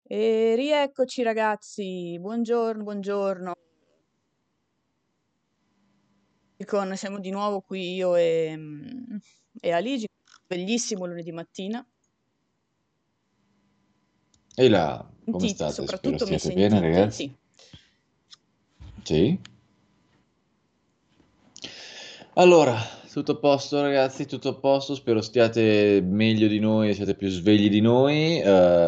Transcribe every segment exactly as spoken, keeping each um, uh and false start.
E rieccoci ragazzi, buongiorno, buongiorno. Con- siamo di nuovo qui io e, mm, e Aligi, bellissimo lunedì mattina. E là, come Sentite, state? Spero soprattutto mi stiate bene, sentite? ragazzi. Sì. Sì? Allora, tutto a posto, ragazzi, tutto a posto. Spero stiate meglio di noi e siate più svegli di noi.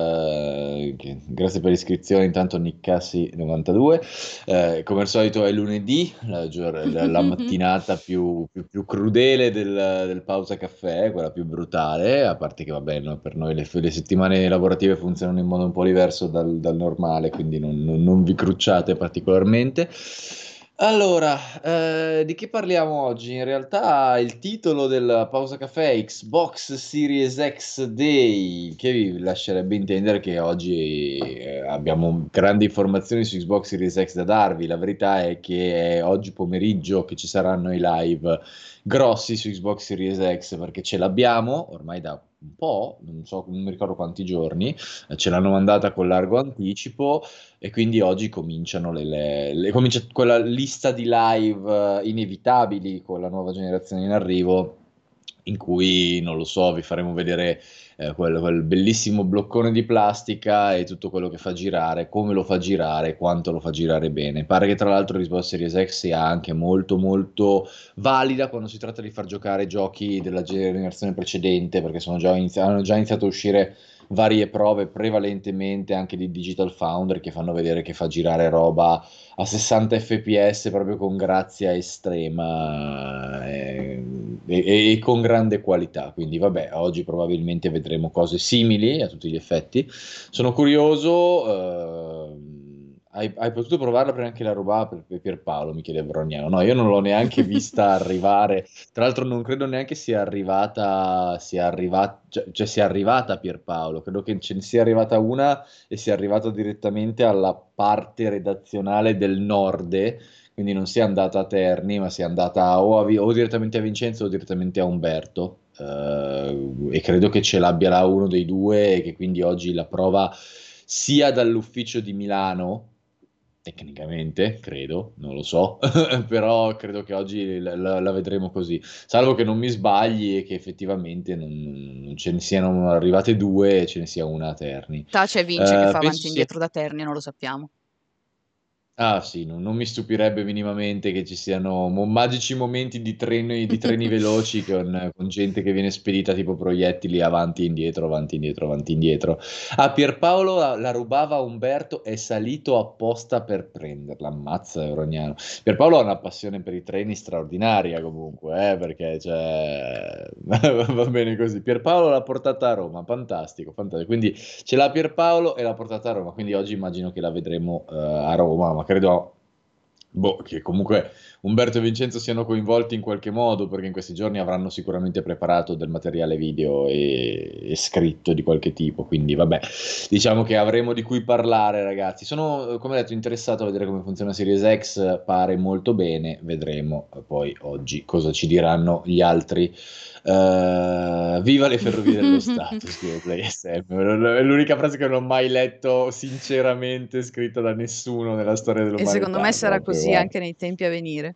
Eh, che- grazie per l'iscrizione, intanto Niccassi novantadue. Eh, come al solito è lunedì, la, gior- la- la mattinata più, più- più crudele del, del pausa caffè, quella più brutale, a parte che va bene, no, per noi le, le settimane lavorative funzionano in modo un po' diverso dal, dal normale, quindi non, non- non vi crucciate particolarmente. Allora, eh, di che parliamo oggi? In realtà il titolo del pausa caffè è Xbox Series X Day, che vi lascerebbe intendere che oggi eh, abbiamo grandi informazioni su Xbox Series X da darvi. La verità è che è oggi pomeriggio che ci saranno i live grossi su Xbox Series X, perché ce l'abbiamo ormai da un po', non so, non mi ricordo quanti giorni, eh, ce l'hanno mandata con largo anticipo. E quindi oggi cominciano le, le- le- comincia quella lista di live eh, inevitabili con la nuova generazione in arrivo, in cui, non lo so, vi faremo vedere eh, quel, quel bellissimo bloccone di plastica e tutto quello che fa girare, come lo fa girare, quanto lo fa girare bene. Pare che tra l'altro Xbox Series X sia anche molto molto valida quando si tratta di far giocare giochi della generazione precedente, perché sono già inizi- hanno già iniziato a uscire varie prove, prevalentemente anche di Digital Foundry, che fanno vedere che fa girare roba a sessanta F P S proprio con grazia estrema eh, e, e con grande qualità. Quindi, vabbè, oggi probabilmente vedremo cose simili a tutti gli effetti. Sono curioso. ehm, hai, hai potuto provarla per anche la roba per, per Pierpaolo, mi chiede Brognano. No, io non l'ho neanche vista arrivare. Tra l'altro non credo neanche sia arrivata, sia arrivata, cioè, cioè sia arrivata a Pierpaolo, credo che ce ne sia arrivata una e sia arrivata direttamente alla parte redazionale del Norde, quindi non sia andata a Terni, ma sia andata o, a Vi- o direttamente a Vincenzo o direttamente a Umberto. Eh, e credo che ce l'abbia là uno dei due e che quindi oggi la prova sia dall'ufficio di Milano, tecnicamente, credo, non lo so, però credo che oggi la, la- la vedremo così, salvo che non mi sbagli e che effettivamente non, non ce ne siano arrivate due e ce ne sia una a Terni. Tace e vince che Eh, fa penso avanti e sia... indietro da Terni, non lo sappiamo. Ah sì, non, non mi stupirebbe minimamente che ci siano mo- magici momenti di treni, di treni veloci con, con gente che viene spedita tipo proiettili avanti e indietro, avanti e indietro, avanti e indietro. Ah, Pierpaolo la, la rubava a Umberto, è salito apposta per prenderla. Ammazza, Eurognano. Pierpaolo ha una passione per i treni straordinaria comunque, eh, perché cioè... va bene così. Pierpaolo l'ha portata a Roma, fantastico, fantastico. Quindi ce l'ha Pierpaolo e l'ha portata a Roma, quindi oggi immagino che la vedremo eh, a Roma, ma credo boh, che comunque Umberto e Vincenzo siano coinvolti in qualche modo, perché in questi giorni avranno sicuramente preparato del materiale video e, e scritto di qualche tipo, quindi vabbè, diciamo che avremo di cui parlare, ragazzi. Sono, eh, come detto, interessato a vedere come funziona Series X, pare molto bene, vedremo eh, poi oggi cosa ci diranno gli altri. Eh, viva le ferrovie dello Stato, scrive PlaySM. È l'unica frase che non ho mai letto sinceramente scritta da nessuno nella storia E secondo me dell'umanità, sarà proprio, così guarda. anche nei tempi a venire.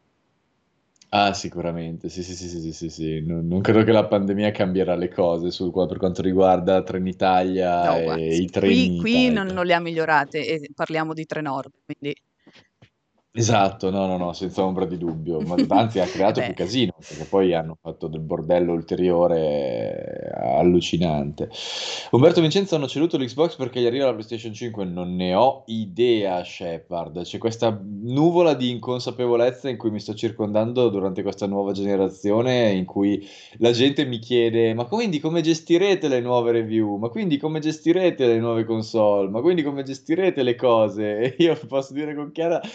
Ah, sicuramente, sì, sì, sì, sì, sì, sì, sì. Non, non credo che la pandemia cambierà le cose sul, per quanto riguarda Trenitalia No, e guarda, i qui, treni in qui non, Italia. non le ha migliorate e parliamo di Trenord, quindi... Esatto, no, no, no, senza ombra di dubbio, ma anzi ha Eh creato beh, più casino, perché poi hanno fatto del bordello ulteriore eh, allucinante. Umberto Vincenzo hanno ceduto l'Xbox perché gli arriva la PlayStation cinque, non ne ho idea, Shepard. C'è questa nuvola di inconsapevolezza in cui mi sto circondando durante questa nuova generazione, in cui la gente mi chiede, ma quindi come gestirete le nuove review? Ma quindi come gestirete le nuove console? Ma quindi come gestirete le cose? E io posso dire con chiara con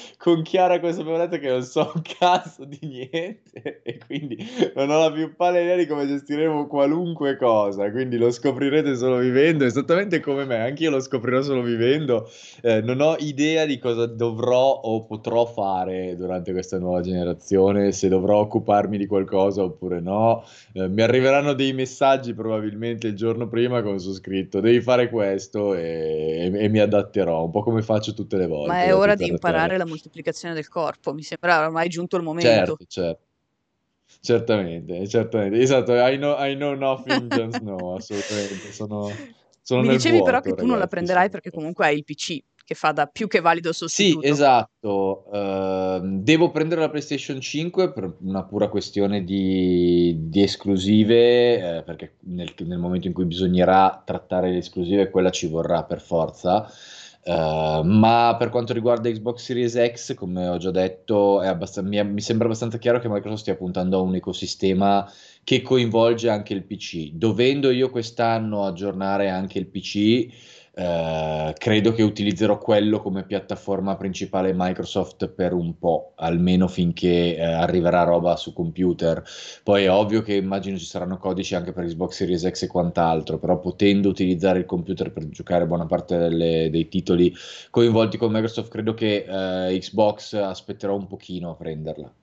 chiara consapevolezza che non so un cazzo di niente e quindi non ho la più pallida idea di come gestiremo qualunque cosa, quindi lo scoprirete solo vivendo, esattamente come me, anche io lo scoprirò solo vivendo. Eh, non ho idea di cosa dovrò o potrò fare durante questa nuova generazione, se dovrò occuparmi di qualcosa oppure no. Eh, mi arriveranno dei messaggi probabilmente il giorno prima con su scritto devi fare questo e, e- e mi adatterò, un po' come faccio tutte le Ma volte è da qui ora di per terra. imparare la moltiplicazione del corpo, mi sembra ormai giunto il momento. Certo, certo, certamente, certamente. Esatto, I know, I know nothing, Jon Snow, assolutamente. Sono, sono Mi nel dicevi però che vuoto, tu non la ragazzi. prenderai sono- perché comunque hai il P C, che fa da più che valido Sì, sostituto. esatto. Ehm, devo prendere la PlayStation cinque per una pura questione di, di esclusive, eh, perché nel, nel momento in cui bisognerà trattare le esclusive, quella ci vorrà per forza. Eh, ma per quanto riguarda Xbox Series X, come ho già detto, è abbastan- mi, è- mi sembra abbastanza chiaro che Microsoft stia puntando a un ecosistema che coinvolge anche il P C. Dovendo io quest'anno aggiornare anche il P C, eh, credo che utilizzerò quello come piattaforma principale Microsoft per un po', almeno finché eh, arriverà roba su computer. Poi è ovvio che immagino ci saranno codici anche per Xbox Series X e quant'altro, però potendo utilizzare il computer per giocare buona parte delle- dei titoli coinvolti con Microsoft, credo che eh, Xbox aspetterò un pochino a prenderla,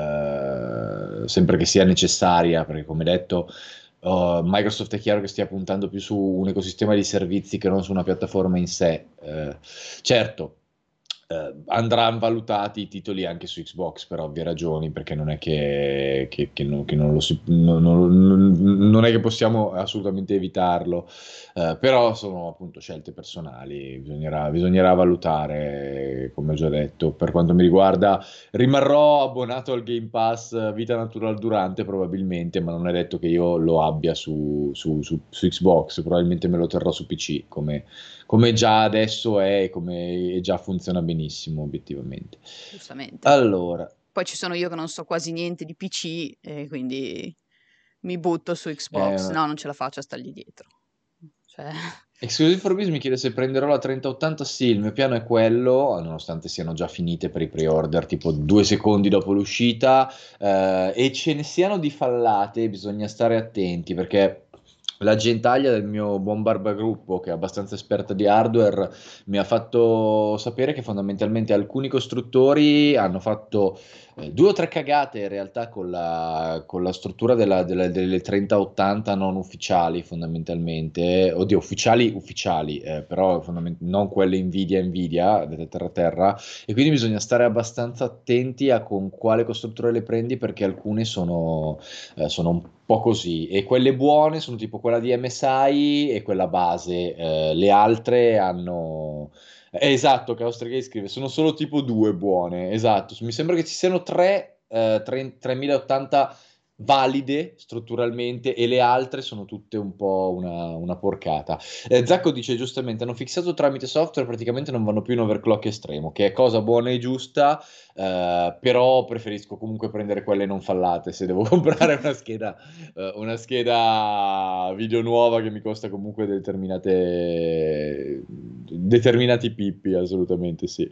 eh, sempre che sia necessaria, perché come detto Uh, Microsoft è chiaro che stia puntando più su un ecosistema di servizi che non su una piattaforma in sé. Eh, certo, eh, andranno valutati i titoli anche su Xbox per ovvie ragioni, perché non è che, che- che non, che non lo si- non- non- non è che possiamo assolutamente evitarlo. Eh, però sono appunto scelte personali, bisognerà, bisognerà valutare, come ho già detto. Per quanto mi riguarda, rimarrò abbonato al Game Pass eh, Vita Natural Durante probabilmente, ma non è detto che io lo abbia su, su- su- su Xbox, probabilmente me lo terrò su P C, come, come già adesso è e come già funziona benissimo, obiettivamente. Giustamente. Allora, Poi ci sono io che non so quasi niente di P C e quindi mi butto su Xbox. eh, No, non ce la faccio a stargli dietro. Cioè, Exclusive for Biz mi chiede se prenderò la trenta ottanta. Sì, il mio piano è quello, nonostante siano già finite per i pre-order tipo due secondi dopo l'uscita, eh, e ce ne siano di fallate, bisogna stare attenti perché la gentaglia del mio buon barbagruppo, che è abbastanza esperta di hardware, mi ha fatto sapere che fondamentalmente alcuni costruttori hanno fatto eh, due o tre cagate in realtà con la, con la struttura della- della- delle trenta ottanta non ufficiali fondamentalmente, oddio ufficiali ufficiali, eh, però fondament- non quelle Nvidia Nvidia, delle terra terra, e quindi bisogna stare abbastanza attenti a con quale costruttore le prendi perché alcune sono, eh, sono un po' così e quelle buone sono tipo quella di M S I e quella base, eh, le altre hanno... Eh, Esatto, Chaos Gate scrive, sono solo tipo due buone, esatto, mi sembra che ci siano tre, eh, tre- tremila ottanta valide strutturalmente e le altre sono tutte un po' una, una porcata. Eh, Zacco dice giustamente, hanno fissato tramite software, praticamente non vanno più in overclock estremo, che è cosa buona e giusta, eh, però preferisco comunque prendere quelle non fallate se devo comprare una scheda, eh, una scheda video nuova che mi costa comunque determinate, determinati pippi, assolutamente sì.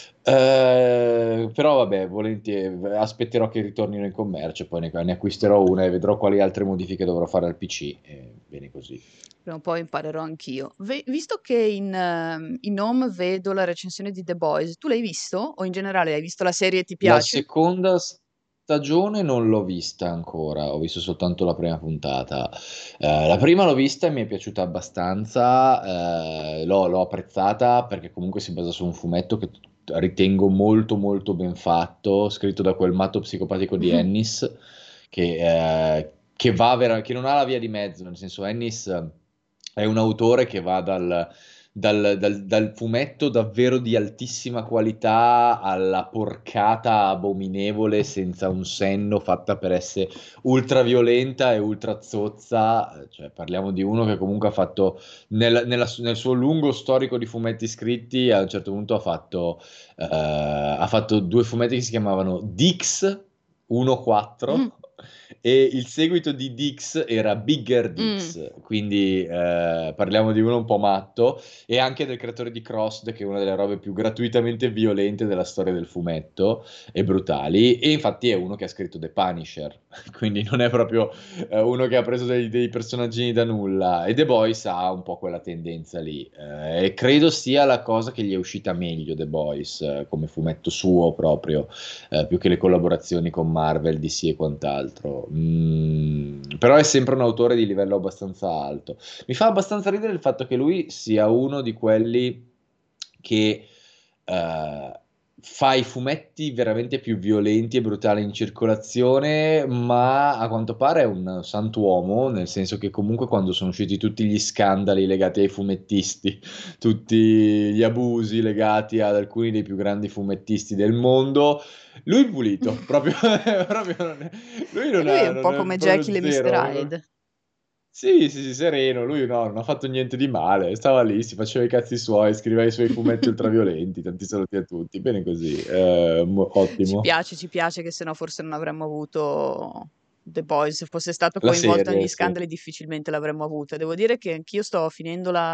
Eh, però vabbè, volentieri, aspetterò che ritornino in commercio, poi ne, ne acquisterò una e vedrò quali altre modifiche dovrò fare al P C. E bene così. prima o poi imparerò anch'io. Ve- visto che in, ehm, in home vedo la recensione di The Boys, tu l'hai visto? O in generale hai visto la serie e ti La piace? seconda stagione non l'ho vista ancora, ho visto soltanto la prima puntata. Eh, la prima l'ho vista e mi è piaciuta abbastanza, eh, l'ho, l'ho apprezzata perché comunque si basa su un fumetto che ritengo molto molto ben fatto, scritto da quel matto psicopatico di Ennis, che, eh, che va vera- che non ha la via di mezzo, nel senso Ennis è un autore che va dal dal, dal- dal fumetto davvero di altissima qualità alla porcata abominevole senza un senno fatta per essere ultra violenta e ultra zozza. Cioè, parliamo di uno che comunque ha fatto nel, nella- nel suo lungo storico di fumetti scritti, a un certo punto ha fatto, eh, ha fatto due fumetti che si chiamavano Dix uno quattro E il seguito di Dix era Bigger Mm. Dix, quindi eh, parliamo di uno un po' matto, e anche del creatore di Crossed, che è una delle robe più gratuitamente violente della storia del fumetto, e brutali, e infatti è uno che ha scritto The Punisher, quindi non è proprio eh, uno che ha preso dei, dei personaggini da nulla, e The Boys ha un po' quella tendenza lì, eh, e credo sia la cosa che gli è uscita meglio The Boys, eh, come fumetto suo proprio, eh, più che le collaborazioni con Marvel, D C e quant'altro. Mm, però è sempre un autore di livello abbastanza alto. Mi fa abbastanza ridere il fatto che lui sia uno di quelli che eh, fa i fumetti veramente più violenti e brutali in circolazione, ma a quanto pare è un santuomo, nel senso che comunque quando sono usciti tutti gli scandali legati ai fumettisti, tutti gli abusi legati ad alcuni dei più grandi fumettisti del mondo, lui è pulito, proprio, proprio non è- lui E non lui è ha, un non po' è come proprio Jekyll e mister zero. Hyde. Sì, sì, sì, sereno, lui no, non ha fatto niente di male, stava lì, si faceva i cazzi suoi, scriveva i suoi fumetti ultraviolenti, tanti saluti a tutti, bene così, eh, mo- Ci ottimo. piace, ci piace che se no forse non avremmo avuto The Boys. Se fosse stato La coinvolto serie, negli sì. scandali difficilmente l'avremmo avuta. Devo dire che anch'io sto finendo la,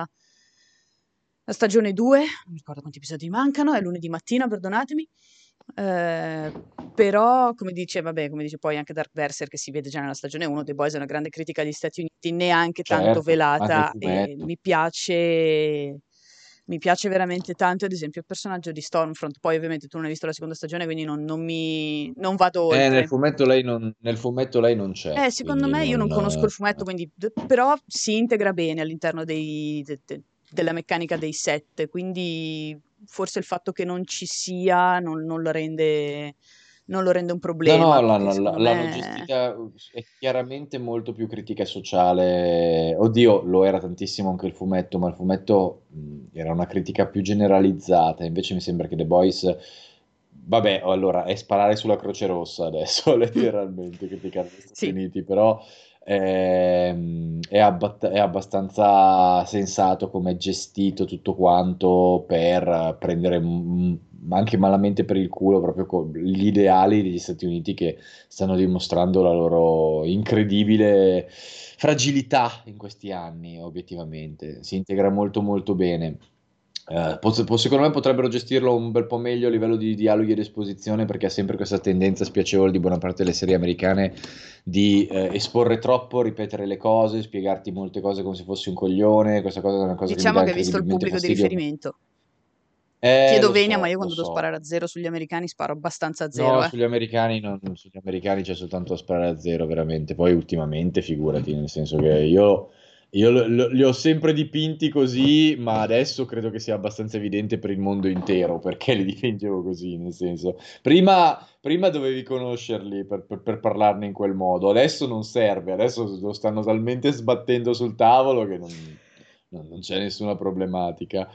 la stagione due, non mi ricordo quanti episodi mancano, è lunedì mattina, perdonatemi. Eh, però, come dice, vabbè, come dice poi anche Dark Berserk, che si vede già nella stagione uno, The Boys è una grande critica agli Stati Uniti, neanche tanto Certo, anche il velata, e fumetto. mi piace, mi piace veramente tanto, ad esempio, il personaggio di Stormfront. Poi ovviamente tu non hai visto la seconda stagione, quindi non, non mi, non vado Eh, nel oltre. fumetto lei non, nel fumetto lei non c'è, Eh, secondo quindi me io non non... conosco il eh, fumetto, quindi d- però si integra bene all'interno dei- de- de- della meccanica dei set, quindi forse il fatto che non ci sia non, non lo rende, non lo rende un No, problema, no, la- perché la- la- secondo l'hanno me gestita, è chiaramente molto più critica sociale. Oddio, lo era tantissimo anche il fumetto, ma il fumetto mh, era una critica più generalizzata. Invece mi sembra che The Boys, vabbè, allora è sparare sulla Croce Rossa adesso, letteralmente, criticare gli Stati sì, Uniti, però ehm, è, abbat- è abbastanza sensato come è gestito tutto quanto per prendere mm, anche malamente per il culo proprio co- gli ideali degli Stati Uniti che stanno dimostrando la loro incredibile fragilità in questi anni, obiettivamente. Si integra molto molto bene. Eh, pot- po- secondo me potrebbero gestirlo un bel po' meglio a livello di dialoghi ed esposizione, perché ha sempre questa tendenza spiacevole di buona parte delle serie americane di eh, esporre troppo, ripetere le cose, spiegarti molte cose come se fossi un coglione. Questa cosa è una cosa che mi diciamo dà che hai visto il incredibilmente pubblico di fastidio. riferimento. Eh, Chiedo lo venia, ma so, io lo quando devo so. sparare a zero sugli americani sparo abbastanza a zero, No, eh. sugli americani, non- sugli americani c'è soltanto a sparare a zero, veramente. Poi ultimamente, figurati, nel senso che io, io lo- lo- li ho sempre dipinti così, ma adesso credo che sia abbastanza evidente per il mondo intero perché li dipingevo così, nel senso. Prima, prima dovevi conoscerli per, per- per parlarne in quel modo, adesso non serve, adesso lo stanno talmente sbattendo sul tavolo che non, non- non c'è nessuna problematica.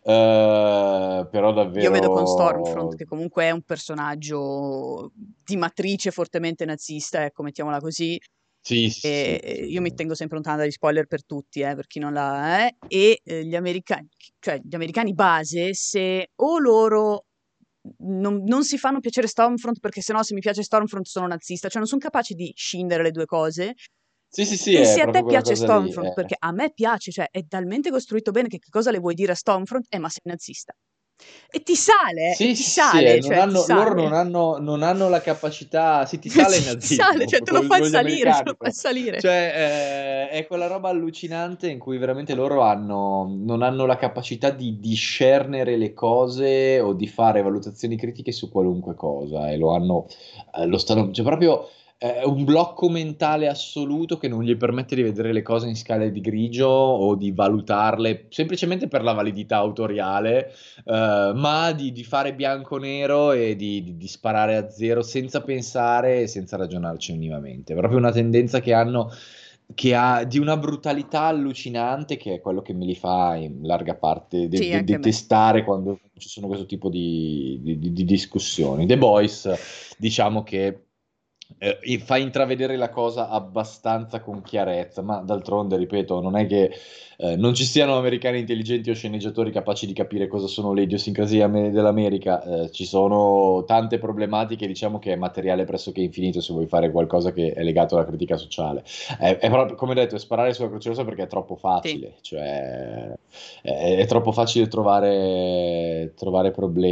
Eh, però Io vedo con Stormfront, davvero... che comunque è un personaggio di matrice fortemente nazista, ecco, mettiamola così. Sì, sì, sì, E sì, e io mi tengo assolutamente. sempre lontana dagli spoiler per tutti, eh, per chi non l'ha, eh. E eh, gli americani, cioè gli americani base, se o loro non, non si fanno piacere Stormfront perché sennò se mi piace Stormfront sono nazista, cioè non sono capaci di scindere le due cose. Sì, sì, sì, E è se a te proprio quella piace cosa lì. Stormfront, eh. perché a me piace, cioè è talmente costruito bene che che cosa le vuoi dire a Stormfront? Eh, ma sei nazista. E ti sale, eh, e Sì, ti sì, sì, sì, eh, sale, non cioè ti hanno- loro non sale. hanno, non hanno la capacità, sì, ti sale il Sì, ti sale, nazismo, cioè te lo con, fa con gli salire, te lo americani fa però. salire. Cioè, eh, è quella roba allucinante in cui veramente loro hanno, non hanno la capacità di discernere le cose o di fare valutazioni critiche su qualunque cosa, e lo hanno, eh, lo stanno, cioè proprio è un blocco mentale assoluto che non gli permette di vedere le cose in scale di grigio o di valutarle semplicemente per la validità autoriale, eh, ma di, di fare bianco-nero e di, di- di sparare a zero senza pensare e senza ragionarci minimamente. È proprio una tendenza che hanno, che ha di una brutalità allucinante, che è quello che me li fa in larga parte de- Sì, de- anche a me. detestare quando ci sono questo tipo di, di- di- di discussioni. The Boys, diciamo che eh, fa intravedere la cosa abbastanza con chiarezza, ma d'altronde, ripeto, non è che eh, non ci siano americani intelligenti o sceneggiatori capaci di capire cosa sono le idiosincrasie ame- dell'America. Eh, ci sono tante problematiche, diciamo che è materiale pressoché infinito se vuoi fare qualcosa che è legato alla critica sociale. È, è proprio, come ho detto, è sparare sulla Croce Rossa perché è troppo Sì. facile, cioè è, è troppo facile trovare, trovare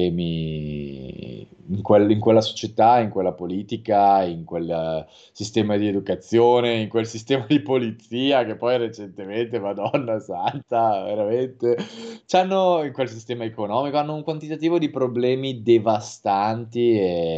problemi in, quel- in quella società, in quella politica, in quel sistema di educazione, in quel sistema di polizia che poi recentemente, Madonna Santa, veramente, c'hanno in quel sistema economico, hanno un quantitativo di problemi devastanti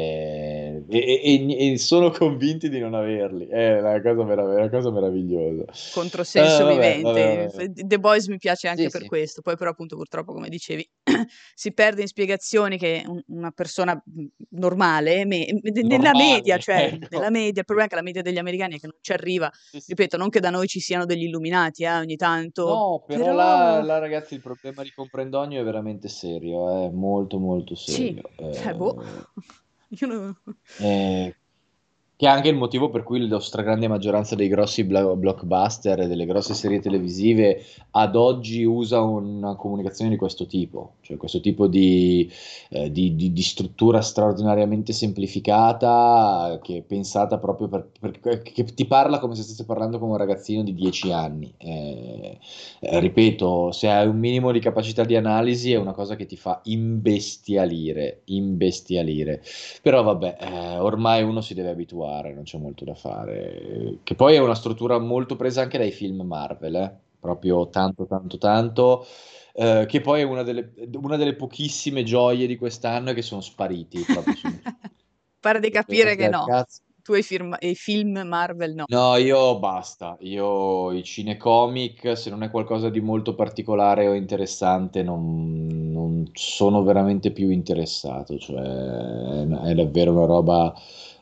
e, e- e- e sono convinti di non averli. È una cosa, merav- una cosa meravigliosa. Eh, Controsenso vabbè, vivente. vabbè. The Boys mi piace anche Sì, per sì. questo, poi però appunto purtroppo come dicevi si perde in spiegazioni che un- una persona mh, normale, me- de- nella media, Normale, cioè nella ecco. media, il problema è che la media degli americani è che non ci arriva, Sì, sì. ripeto, non che da noi ci siano degli illuminati, eh, ogni tanto, No, però là, però là, ragazzi, il problema di comprendogno è veramente serio, è molto molto sì, serio. cioè boh, Eh, io non... eh, che è anche il motivo per cui la stragrande maggioranza dei grossi blo- blockbuster e delle grosse serie televisive ad oggi usa una comunicazione di questo tipo, cioè questo tipo di, eh, di- di- di struttura straordinariamente semplificata che è pensata proprio per, per- che ti parla come se stesse parlando con un ragazzino di dieci anni. Eh, eh, ripeto, se hai un minimo di capacità di analisi è una cosa che ti fa imbestialire, imbestialire. Però vabbè, eh, ormai uno si deve abituare, non c'è molto da fare. Che poi è una struttura molto presa anche dai film Marvel, eh. Proprio tanto, tanto, tanto. Eh, che poi è una delle, una delle pochissime gioie di quest'anno è che sono spariti proprio. Sono Pare di capire resti che al no, cazzo. tu hai firma- i film Marvel no. No, io basta, io i cinecomic, se non è qualcosa di molto particolare o interessante, non, non sono veramente più interessato, cioè è, è davvero una roba,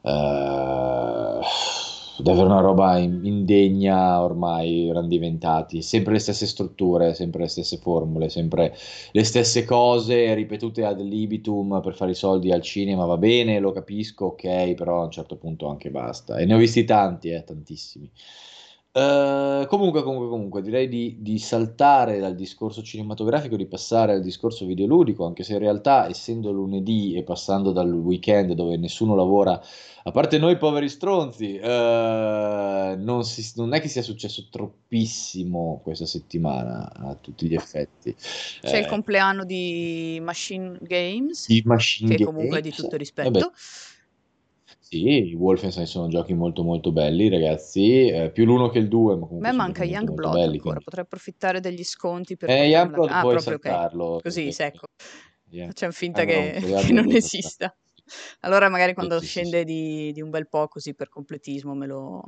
eh, davvero una roba in- indegna ormai, erano diventati, sempre le stesse strutture, sempre le stesse formule, sempre le stesse cose ripetute ad libitum per fare i soldi al cinema, va bene, lo capisco, ok, però a un certo punto anche basta. E ne ho visti tanti, eh, tantissimi. Eh, comunque, comunque, comunque, direi di, di saltare dal discorso cinematografico, di passare al discorso videoludico, anche se in realtà, essendo lunedì e passando dal weekend dove nessuno lavora, a parte noi poveri stronzi, eh, non, si- non è che sia successo troppissimo questa settimana a tutti gli effetti. C'è il Eh, compleanno di Machine Games, di Machine che comunque è di Games. tutto Vabbè, rispetto. sì, i Wolfenstein sono giochi molto molto belli, ragazzi, eh, più l'uno che il due, ma A me comunque sono giochi manca molto molto Youngblood belli, ancora, quindi... potrei approfittare degli sconti per Eh, portarmela a Youngblood casa. Ah, puoi proprio ok, saltarlo, così perché... secco. Young- Facciamo finta che, Youngblood che Youngblood non puoi saltarlo. esista. Allora magari Sì, quando sì, sì, sì. scende di, di un bel po' così per completismo me lo,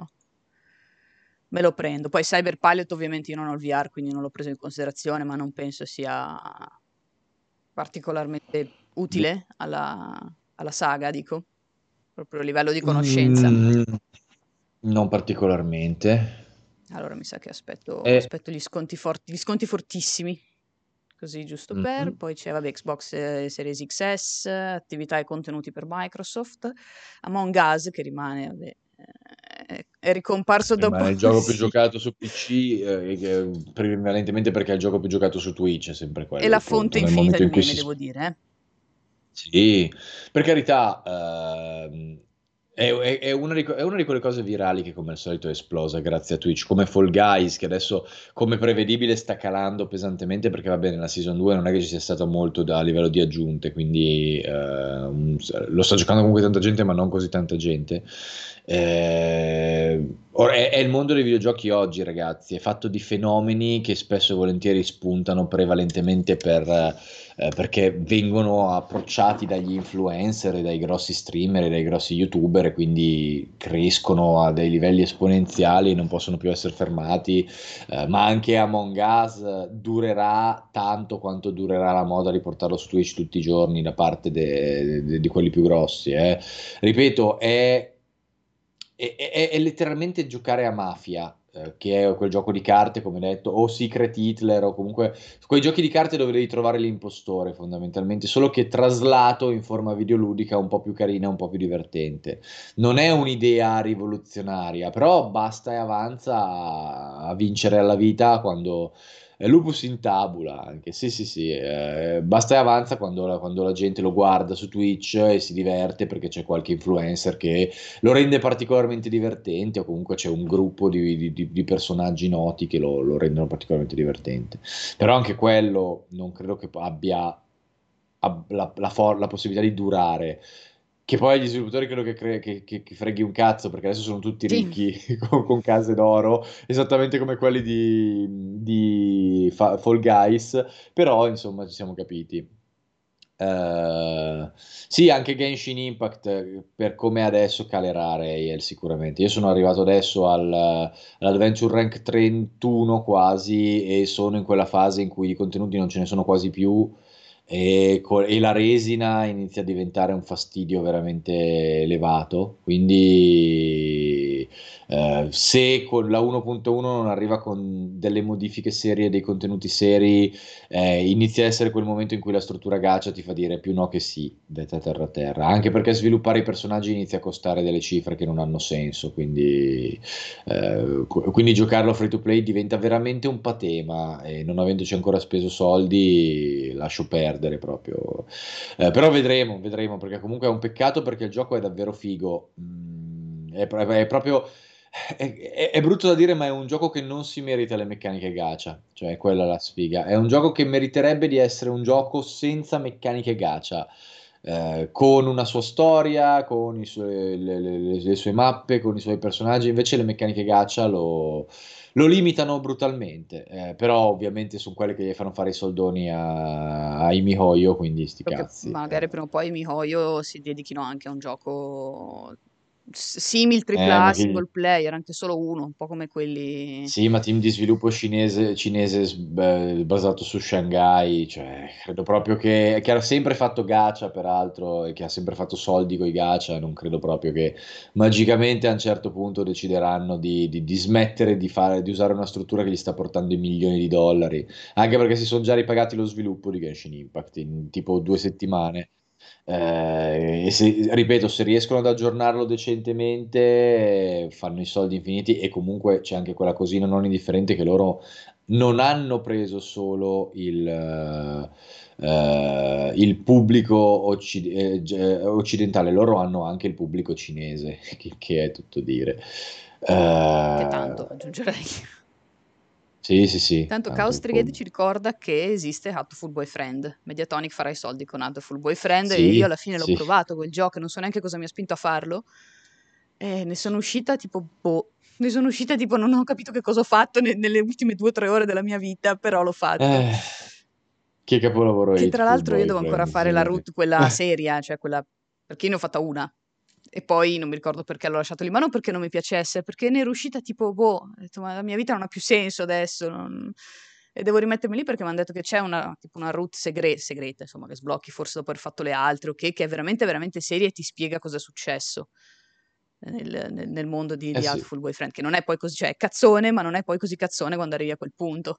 me lo prendo. Poi Cyber Pilot ovviamente io non ho il V R, quindi non l'ho preso in considerazione, ma non penso sia particolarmente utile alla, alla saga, dico, proprio a livello di conoscenza. Mm, non particolarmente. Allora mi sa che aspetto, Eh, aspetto gli sconti forti, gli sconti fortissimi. Così giusto per. mhm. Poi c'è, vabbè, Xbox eh, Series X S, attività e contenuti per Microsoft, Among Us che rimane, vabbè, eh, è ricomparso dopo, Rimane il gioco più sì. giocato su P C, eh, che- prevalentemente perché è il gioco più giocato su Twitch, è sempre E quello la il fonte punto. Nel infinita momento di in cui meme, si... devo dire, eh. Sì, per carità, ehm, è, è- è una di, que- è una di quelle cose virali che come al solito è esplosa grazie a Twitch, come Fall Guys, che adesso come prevedibile sta calando pesantemente perché va bene, la Season due non è che ci sia stato molto da- a livello di aggiunte, quindi ehm, lo sta giocando comunque tanta gente, ma non così tanta gente. Eh, ora, è, è il mondo dei videogiochi oggi, ragazzi, è fatto di fenomeni che spesso e volentieri spuntano prevalentemente per eh, perché vengono approcciati dagli influencer, e dai grossi streamer, e dai grossi youtuber e quindi crescono a dei livelli esponenziali e non possono più essere fermati, eh, ma anche Among Us durerà tanto quanto durerà la moda di portarlo su Twitch tutti i giorni da parte de- de- di quelli più grossi. eh. Ripeto, è è, è- è letteralmente giocare a mafia. eh, che è quel gioco di carte, come detto, o Secret Hitler, o comunque quei giochi di carte dove devi trovare l'impostore fondamentalmente, solo che traslato in forma videoludica un po' più carina, un po' più divertente. Non è un'idea rivoluzionaria, però basta e avanza a, a vincere alla vita quando... È lupus in tabula anche, sì sì sì, eh, basta e avanza quando la, quando la gente lo guarda su Twitch e si diverte perché c'è qualche influencer che lo rende particolarmente divertente o comunque c'è un gruppo di, di- di- di personaggi noti che lo, lo rendono particolarmente divertente. Però anche quello non credo che abbia ab- la, la for- la possibilità di durare. Che poi agli sviluppatori credo che, cre- che- che- che freghi un cazzo perché adesso sono tutti Sì, ricchi con, con case d'oro, esattamente come quelli di, di Fa- Fall Guys, però insomma ci siamo capiti. Eh, sì, anche Genshin Impact eh, per come è adesso calerà Rail sicuramente. Io sono arrivato adesso al, all'Adventure Rank trentuno quasi e sono in quella fase in cui i contenuti non ce ne sono quasi più e, co- e la resina inizia a diventare un fastidio veramente elevato. Quindi eh, se con la uno punto uno non arriva con delle modifiche serie, dei contenuti seri, eh, inizia a essere quel momento in cui la struttura gacha ti fa dire più no che sì, detta terra a terra, anche perché sviluppare i personaggi inizia a costare delle cifre che non hanno senso, quindi, eh, qu- quindi giocarlo free to play diventa veramente un patema e non avendoci ancora speso soldi lascio perdere proprio. Eh, però vedremo, vedremo, perché comunque è un peccato perché il gioco è davvero figo. Mm, è, pro- è proprio... È, è- è brutto da dire, ma è un gioco che non si merita le meccaniche gacha, cioè quella è la sfiga. È un gioco che meriterebbe di essere un gioco senza meccaniche gacha, eh, con una sua storia, con i suoi- le, le- le- le sue mappe, con i suoi personaggi. Invece le meccaniche gacha lo, lo limitano brutalmente, eh, però ovviamente sono quelle che gli fanno fare i soldoni a, ai miHoYo, quindi sti spero che cazzi. magari Eh, prima o poi i MiHoYo si dedichino anche a un gioco s- simil Eh, tripla A, ma che... single player, anche solo uno, un po' come quelli... Sì, ma team di sviluppo cinese, cinese s- beh, basato su Shanghai, cioè, credo proprio che, che ha sempre fatto gacha, peraltro, e che ha sempre fatto soldi con i gacha, non credo proprio che magicamente a un certo punto decideranno di, di- di smettere di fare, di usare una struttura che gli sta portando i milioni di dollari, anche perché si sono già ripagati lo sviluppo di Genshin Impact in tipo due settimane. Eh, e se, ripeto, se riescono ad aggiornarlo decentemente, eh, fanno i soldi infiniti e comunque c'è anche quella cosina non indifferente che loro non hanno preso solo il, eh, eh, il pubblico occid- eh, ge- eh, occidentale, loro hanno anche il pubblico cinese, che, che è tutto dire. Che Eh, tanto, aggiungerei. sì, sì, sì, Tanto tanto Chaos il Trigger pubblico. ci ricorda che esiste Hatoful Boyfriend. Mediatonic farà i soldi con Hatoful Boyfriend e io Sì, alla fine l'ho sì. provato quel gioco e non so neanche cosa mi ha spinto a farlo. E ne sono uscita tipo, boh, ne sono uscita tipo, non ho capito che cosa ho fatto ne- nelle ultime due o tre ore della mia vita, però l'ho fatto. Eh, che capolavoro Che tra Hateful l'altro io devo ancora Boyfriend, fare la sì. route, quella seria, cioè quella... Perché io ne ho fatta una. E poi non mi ricordo perché l'ho lasciato lì, ma non perché non mi piacesse, perché ne ero uscita tipo, boh, ho detto, ma la mia vita non ha più senso adesso. non- E devo rimettermi lì perché mi hanno detto che c'è una, tipo una route segre- segreta, insomma, che sblocchi forse dopo aver fatto le altre, ok? Che è veramente, veramente seria e ti spiega cosa è successo nel, nel- nel mondo di, Eh di sì, Hatful Boyfriend, che non è poi così, cioè è cazzone, ma non è poi così cazzone quando arrivi a quel punto.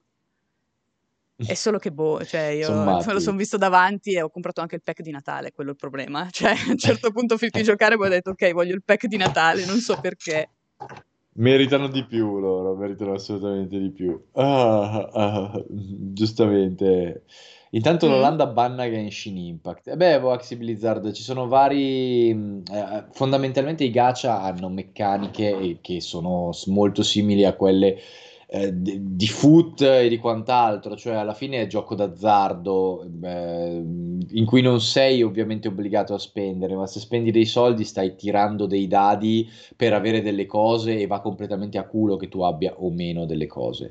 È solo che boh, cioè io sono me lo son matti. visto davanti e ho comprato anche il pack di Natale, quello è il problema. Cioè, a un certo punto ho finito di giocare e poi ho detto: "Okay, voglio il pack di Natale", non so perché. Meritano di più loro, meritano assolutamente di più. Ah, ah, giustamente. Intanto Mh? l'Olanda banna Genshin Impact. E beh, Voxy Blizzard, ci sono vari... mh, eh, fondamentalmente i gacha hanno meccaniche che sono s- molto simili a quelle eh, di, di foot e di quant'altro, cioè alla fine è gioco d'azzardo eh, in cui non sei ovviamente obbligato a spendere, ma se spendi dei soldi stai tirando dei dadi per avere delle cose e va completamente a culo che tu abbia o meno delle cose.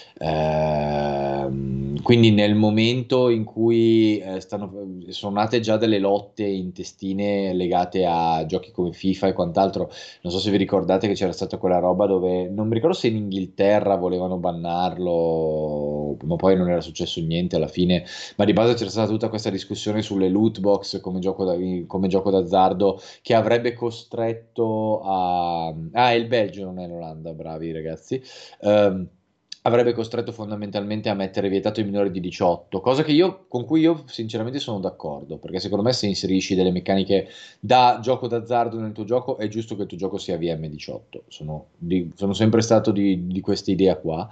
Ehm, quindi nel momento in cui eh, stanno, sono nate già delle lotte intestine legate a giochi come FIFA e quant'altro, non so se vi ricordate che c'era stata quella roba dove non mi ricordo se in Inghilterra volevano bannarlo ma poi non era successo niente alla fine, ma di base c'era stata tutta questa discussione sulle loot box come gioco, da, come gioco d'azzardo che avrebbe costretto a... Ah, il Belgio, non è l'Olanda, bravi ragazzi. Ehm, avrebbe costretto fondamentalmente a mettere vietato ai minori di diciotto, cosa che io, con cui io sinceramente sono d'accordo, perché secondo me se inserisci delle meccaniche da gioco d'azzardo nel tuo gioco è giusto che il tuo gioco sia V M diciotto. Sono, di- sono sempre stato di, di questa idea qua.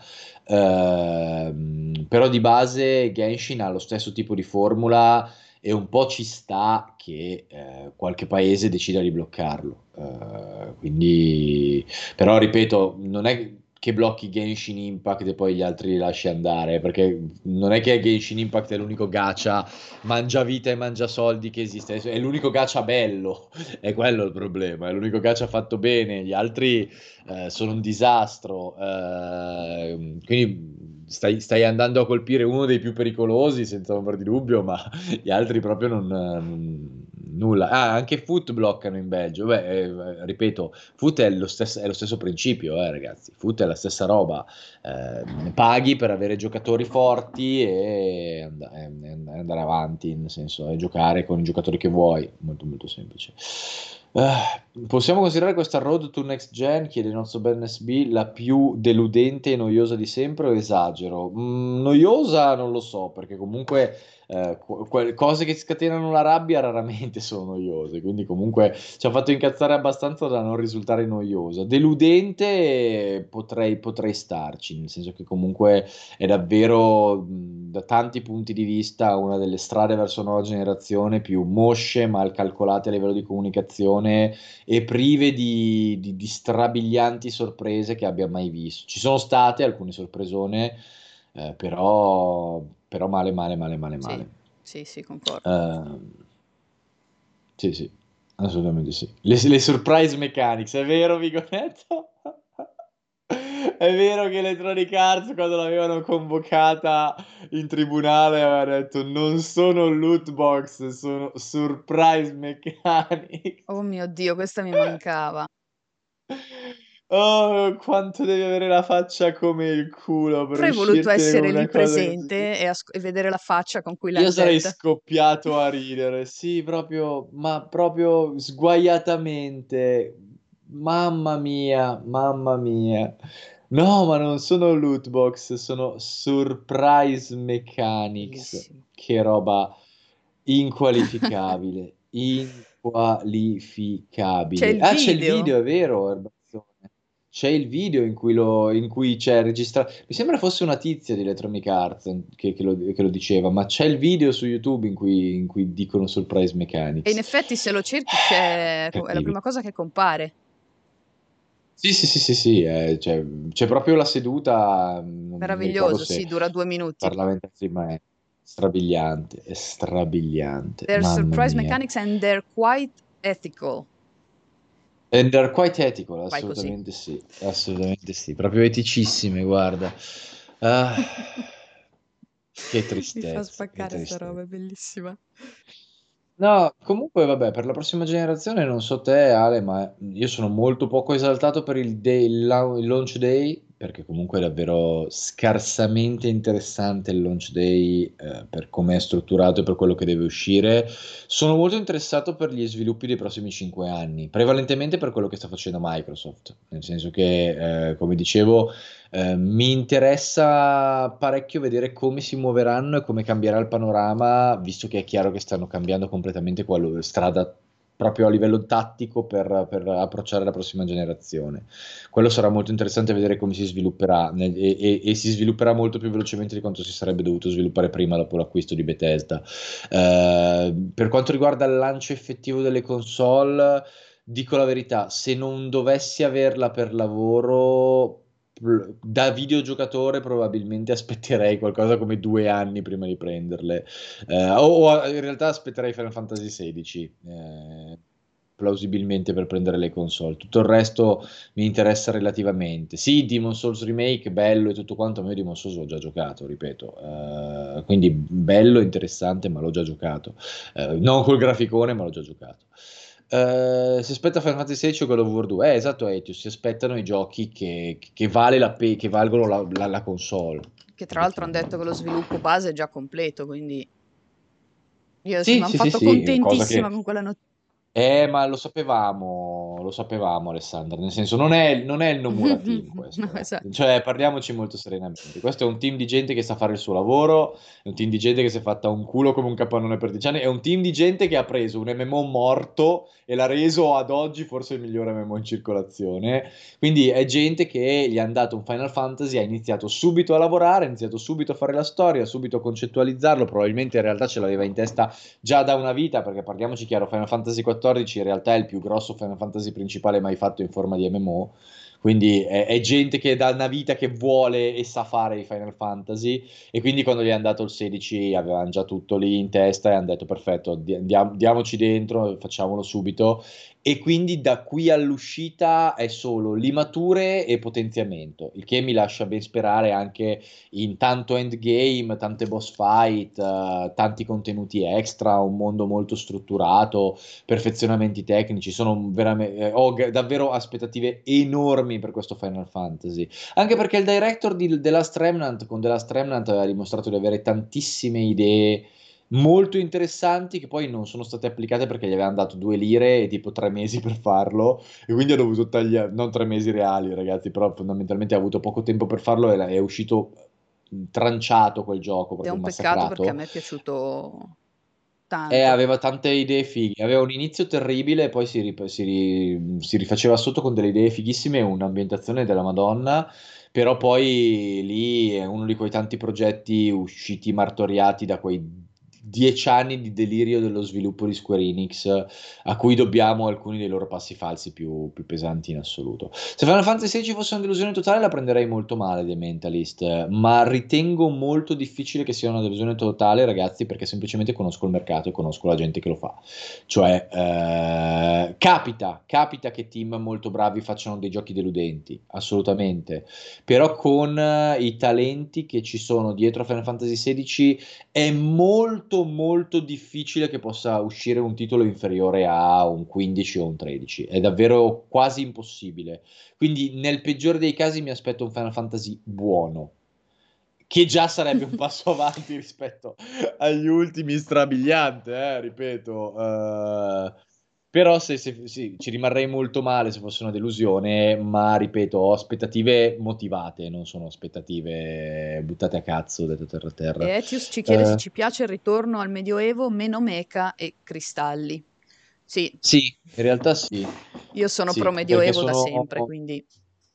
Ehm, però di base Genshin ha lo stesso tipo di formula e un po' ci sta che eh, qualche paese decida di bloccarlo. Eh, quindi, però ripeto, non è che blocchi Genshin Impact e poi gli altri li lasci andare, perché non è che Genshin Impact è l'unico gacha mangia vita e mangia soldi che esiste, è l'unico gacha bello, è quello il problema, è l'unico gacha fatto bene, gli altri eh, sono un disastro, eh, quindi stai, stai andando a colpire uno dei più pericolosi senza ombra di dubbio, ma gli altri proprio non, non- nulla. Ah, anche Foot bloccano in Belgio. Beh, eh, ripeto, Foot è lo stesso, è lo stesso principio, eh, ragazzi. Foot è la stessa roba. Eh, paghi per avere giocatori forti e and- and- andare avanti, nel senso, e giocare con i giocatori che vuoi. Molto, molto semplice. Eh, possiamo considerare questa Road to Next Gen, chiede il nostro Ben S B, la più deludente e noiosa di sempre o esagero? Mm, noiosa non lo so, perché comunque eh, que- que- cose che scatenano la rabbia raramente sono noiose, quindi comunque ci ha fatto incazzare abbastanza da non risultare noiosa. Deludente eh, potrei, potrei starci, nel senso che comunque è davvero mh, da tanti punti di vista una delle strade verso una nuova generazione più mosce, mal calcolate a livello di comunicazione e prive di, di- di strabilianti sorprese che abbia mai visto. Ci sono state alcune sorpresone, eh, però, però male, male, male, male, Sì, male. sì, sì, concordo. Eh, sì, sì, assolutamente sì. Le, le surprise mechanics, è vero, Vigonetto? È vero che Electronic Arts quando l'avevano convocata in tribunale aveva detto non sono loot box, sono surprise mechanics. Oh mio Dio, questa mi mancava. Oh, quanto devi avere la faccia come il culo per Avrei voluto uscirtene con essere lì una cosa così. presente e, asc- e vedere la faccia con cui Io l'hanno sarei detta. scoppiato a ridere, sì, proprio, ma proprio sguaiatamente. Mamma mia, mamma mia. No, ma non sono loot box, sono surprise mechanics. Bellissimo. Che roba inqualificabile, C'è inqualificabile. il Ah, c'è il video. video, è vero, Erbazzone. C'è il video in cui, lo, in cui c'è registrato. Mi sembra fosse una tizia di Electronic Arts che, che lo, che lo diceva, ma c'è il video su YouTube in cui, in cui dicono Surprise E in Mechanics. effetti se lo cerchi c'è, è la Incredibile. prima cosa che compare. Sì, sì, sì, sì, sì, eh, c'è c'è proprio la seduta, non mi ricordo Meraviglioso, sì, se dura due minuti. parlamenta, ma è strabiliante, è strabiliante, They're mamma surprise mia. mechanics and they're quite ethical. And they're quite ethical, Vai così. assolutamente sì, assolutamente sì, proprio eticissime, guarda. Ah, che Mi fa tristezza, che spaccare sta tristezza. roba, è bellissima. No, comunque vabbè, per la prossima generazione non so te Ale, ma io sono molto poco esaltato per il, day- il lau- il launch day, perché comunque è davvero scarsamente interessante il launch day eh, per come è strutturato e per quello che deve uscire. Sono molto interessato per gli sviluppi dei prossimi cinque anni, prevalentemente per quello che sta facendo Microsoft, nel senso che, eh, come dicevo, eh, mi interessa parecchio vedere come si muoveranno e come cambierà il panorama, visto che è chiaro che stanno cambiando completamente qual- strada proprio a livello tattico per, per approcciare la prossima generazione. Quello sarà molto interessante vedere come si svilupperà nel- e, e- e si svilupperà molto più velocemente di quanto si sarebbe dovuto sviluppare prima dopo l'acquisto di Bethesda. Eh, per quanto riguarda il lancio effettivo delle console, dico la verità, se non dovessi averla per lavoro, pr- da videogiocatore probabilmente aspetterei qualcosa come due anni prima di prenderle. Eh, o, o in realtà aspetterei Final Fantasy sedici, eh, plausibilmente per prendere le console. Tutto il resto mi interessa relativamente. Sì, Demon Souls Remake, bello e tutto quanto, ma io Demon Souls l'ho già giocato, ripeto. Eh, quindi bello, interessante, ma l'ho già giocato. Eh, non col graficone, ma l'ho già giocato. Eh, si aspetta Final Fantasy sedici o God of War due? Eh, esatto, Etios, si aspettano i giochi che, che vale la pe- che valgono la, la- la console. Che tra l'altro hanno detto che lo obiettivamente. sviluppo base è già completo, quindi io mi Sì, hanno sì, sì, fatto sì, cosa contentissima che con quella notizia. Eh, ma lo sapevamo, lo sapevamo Alessandra, nel senso non è, non è il Nomura Team No, questo, esatto. eh. Cioè parliamoci molto serenamente, questo è un team di gente che sa fare il suo lavoro, è un team di gente che si è fatta un culo come un capannone per dieci anni, è un team di gente che ha preso un M M O morto e l'ha reso ad oggi forse il migliore M M O in circolazione, quindi è gente che gli hanno dato un Final Fantasy, ha iniziato subito a lavorare, ha iniziato subito a fare la storia, subito a concettualizzarlo, probabilmente in realtà ce l'aveva in testa già da una vita, perché parliamoci chiaro, Final Fantasy quattordici in realtà è il più grosso Final Fantasy principale mai fatto in forma di M M O, quindi è, è gente che da una vita che vuole e sa fare i Final Fantasy, e quindi quando gli hanno dato il sedici avevano già tutto lì in testa e hanno detto perfetto, di- andiamo- diamoci dentro, facciamolo subito, e quindi da qui all'uscita è solo limature e potenziamento, il che mi lascia ben sperare anche in tanto endgame, tante boss fight, eh, tanti contenuti extra, un mondo molto strutturato, perfezionamenti tecnici. Sono veramente, ho g- davvero aspettative enormi per questo Final Fantasy. Anche perché il director di The Last Remnant con The Last Remnant aveva dimostrato di avere tantissime idee molto interessanti che poi non sono state applicate perché gli avevano dato due lire e tipo tre mesi per farlo e quindi ha dovuto tagliare, non tre mesi reali ragazzi, però fondamentalmente ha avuto poco tempo per farlo e la- è uscito tranciato quel gioco, Ed è proprio un peccato perché a massacrato. me è piaciuto E tanto. aveva tante idee fighe, aveva un inizio terribile e poi si, ri- si ri- si rifaceva sotto con delle idee fighissime e un'ambientazione della Madonna, però poi lì è uno di quei tanti progetti usciti martoriati da quei dieci anni di delirio dello sviluppo di Square Enix, a cui dobbiamo alcuni dei loro passi falsi più, più pesanti in assoluto. Se Final Fantasy sedici fosse una delusione totale la prenderei molto male The Mentalist, ma ritengo molto difficile che sia una delusione totale, ragazzi, perché semplicemente conosco il mercato e conosco la gente che lo fa. Cioè, eh, capita, capita che team molto bravi facciano dei giochi deludenti, assolutamente, però con eh, i talenti che ci sono dietro a Final Fantasy sedici è molto molto difficile che possa uscire un titolo inferiore a un quindici o un tredici, è davvero quasi impossibile. Quindi nel peggiore dei casi mi aspetto un Final Fantasy buono, che già sarebbe un passo avanti rispetto agli ultimi strabiliante, eh, ripeto. Eh, però se, se- sì, ci rimarrei molto male se fosse una delusione, ma ripeto, ho aspettative motivate, non sono aspettative buttate a cazzo, dette terra a E terra. Etius ci chiede se Eh, ci piace il ritorno al Medioevo, meno mecha e cristalli. Sì, sì, in realtà sì, io sono pro sì, perché Medioevo da sono... sempre, quindi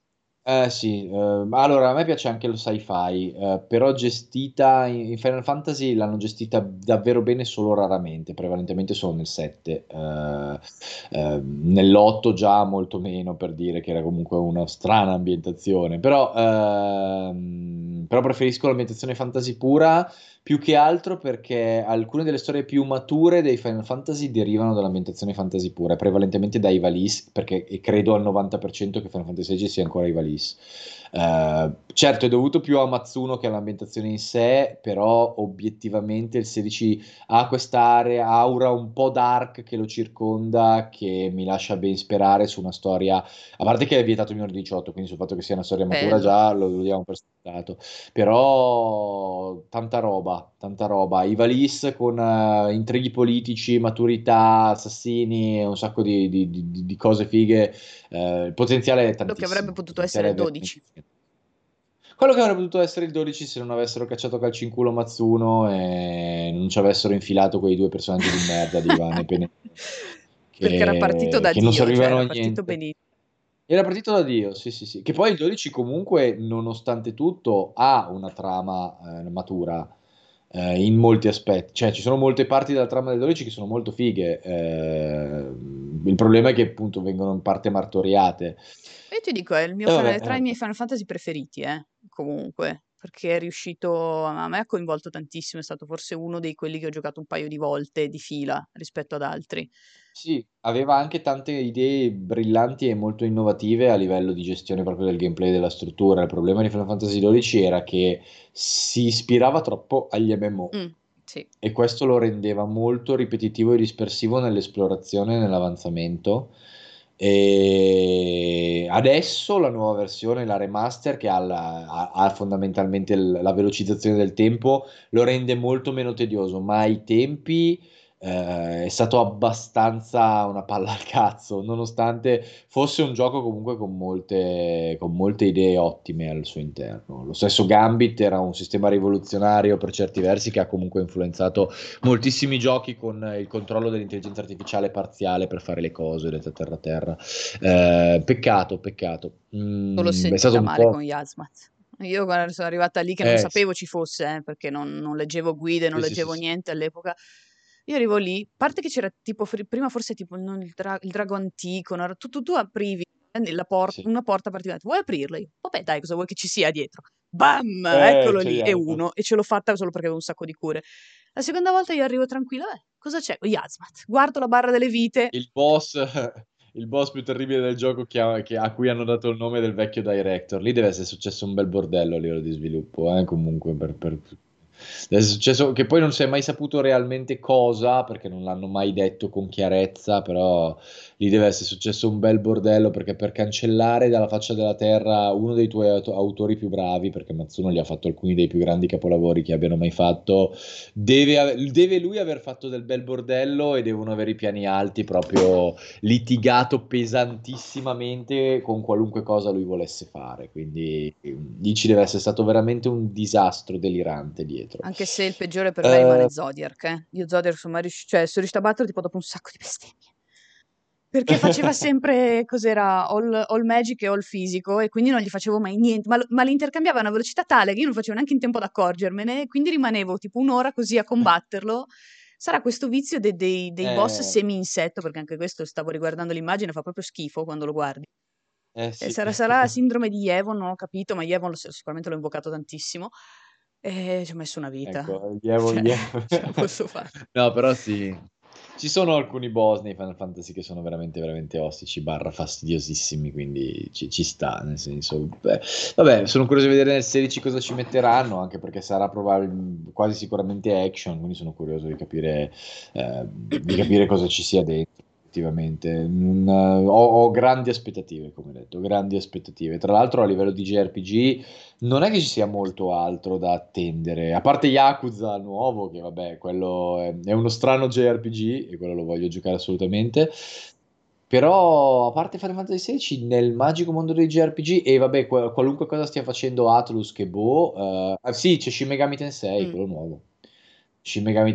Eh sì, eh, allora a me piace anche lo sci-fi, eh, però gestita in, in Final Fantasy l'hanno gestita davvero bene solo raramente, prevalentemente solo nel sette, eh, eh, nell'otto già molto meno per dire che era comunque una strana ambientazione, però, ehm, però preferisco l'ambientazione fantasy pura più che altro perché alcune delle storie più mature dei Final Fantasy derivano dall'ambientazione fantasy pura, prevalentemente dai Valis, perché e credo al novanta per cento che Final Fantasy sedici sia ancora i Valis. Eh, certo, è dovuto più a Matsuno che all'ambientazione in sé, però obiettivamente il sedici ha quest'area, aura un po' dark che lo circonda, che mi lascia ben sperare su una storia, a parte che è vietato minore di diciotto, quindi sul fatto che sia una storia matura bello. già lo, lo diamo per scontato. Però tanta roba, tanta roba. I Valis con eh, intrighi politici, maturità, assassini e un sacco di, di- di- di cose fighe. Eh, il potenziale è Quello che avrebbe tantissimo. Il potuto essere potenziale il è veramente dodici. quello che avrebbe potuto essere il dodici se non avessero cacciato calci in culo Matsuno e non ci avessero infilato quei due personaggi di merda di Ivan e Pene Perché era partito che, da che non Dio, cioè servivano era a partito niente. benissimo. Era partito da Dio, sì, sì, sì. Che poi il dodici comunque, nonostante tutto, ha una trama eh, matura eh, in molti aspetti. Cioè, ci sono molte parti della trama del dodici che sono molto fighe. Eh, il problema è che appunto vengono in parte martoriate. E io ti dico, è il mio E fan- vabbè, è eh, tra i vabbè. miei Final Fantasy preferiti, eh, comunque, perché è riuscito, a me ha coinvolto tantissimo, è stato forse uno dei quelli che ho giocato un paio di volte di fila rispetto ad altri. Sì, aveva anche tante idee brillanti e molto innovative a livello di gestione proprio del gameplay e della struttura. Il problema di Final Fantasy dodici era che si ispirava troppo agli M M O Mm, sì. e questo lo rendeva molto ripetitivo e dispersivo nell'esplorazione e nell'avanzamento. E adesso la nuova versione, la remaster, che ha, la- ha- ha fondamentalmente l- la velocizzazione del tempo, lo rende molto meno tedioso, ma ai tempi eh, è stato abbastanza una palla al cazzo, nonostante fosse un gioco comunque con molte, con molte idee ottime al suo interno. Lo stesso Gambit era un sistema rivoluzionario per certi versi che ha comunque influenzato moltissimi giochi con il controllo dell'intelligenza artificiale parziale per fare le cose, le terra terra. Eh, peccato, peccato. L'ho Mm, è stato sentita un male po'. con Yasmat. Io guarda, sono arrivata lì che non Eh, sì, sapevo ci fosse, eh, perché non, non leggevo guide, non sì, sì, sì, leggevo sì. niente all'epoca. Io arrivo lì, a parte che c'era tipo, fri- prima forse tipo non il, dra- il drago antico, no? Tu, tu, tu aprivi eh, la por- Sì. una porta particolare, vuoi aprirla? Io, vabbè dai, cosa vuoi che ci sia dietro? Bam! Eh, Eccolo c'è lì, e Yasma. uno, e ce l'ho fatta solo perché avevo un sacco di cure. La seconda volta io arrivo tranquilla, beh, cosa c'è? Yasmat, guardo la barra delle vite, Il boss, il boss più terribile del gioco che ha- che- a cui hanno dato il nome del vecchio director. Lì deve essere successo un bel bordello a livello di sviluppo, eh, comunque per, per- Deve essere successo che poi non si è mai saputo realmente cosa, perché non l'hanno mai detto con chiarezza, però lì deve essere successo un bel bordello, perché per cancellare dalla faccia della terra uno dei tuoi auto- autori più bravi, perché Matsuno gli ha fatto alcuni dei più grandi capolavori che abbiano mai fatto. Deve, ave- deve lui aver fatto del bel bordello e devono avere i piani alti, proprio litigato pesantissimamente con qualunque cosa lui volesse fare. Quindi eh, lì ci deve essere stato veramente un disastro delirante dietro. anche se il peggiore per me Eh, rimane Zodiark, eh. Io Zodiark sono mai riusci- cioè, sono riuscita a batterlo tipo dopo un sacco di bestemmie. Perché faceva sempre, cos'era, all, all magic e all fisico, e quindi non gli facevo mai niente, ma, lo- ma li intercambiava a una velocità tale che io non facevo neanche in tempo ad accorgermene, e quindi rimanevo tipo un'ora così a combatterlo. Sarà questo vizio de- dei, dei boss eh, semi-insetto, perché anche questo stavo riguardando l'immagine, fa proprio schifo quando lo guardi. eh E sì. sarà, sarà la sindrome di Yevon, non ho capito, ma Yevon lo- sicuramente l'ho invocato tantissimo. E ci ho messo una vita. Ecco, Yevo, Cioè, Yevo. ce la posso fare. No, però sì. Ci sono alcuni boss nei Final Fantasy che sono veramente, veramente ostici, barra fastidiosissimi, quindi ci, ci sta, nel senso. Beh, vabbè, sono curioso di vedere nel sedici cosa ci metteranno, anche perché sarà probabilmente quasi sicuramente action, quindi sono curioso di capire, eh, di capire cosa ci sia dentro. Effettivamente. Non- ho, ho grandi aspettative, come detto, grandi aspettative. Tra l'altro, a livello di J R P G, non è che ci sia molto altro da attendere, a parte Yakuza nuovo, che vabbè, quello è, è uno strano J R P G e quello lo voglio giocare assolutamente. Però, a parte Final Fantasy sedici, nel magico mondo dei J R P G, e vabbè, qual- qualunque cosa stia facendo Atlus, che boh, eh, ah, sì, c'è Shin Megami Tensei, Mm. quello nuovo. Shin Megami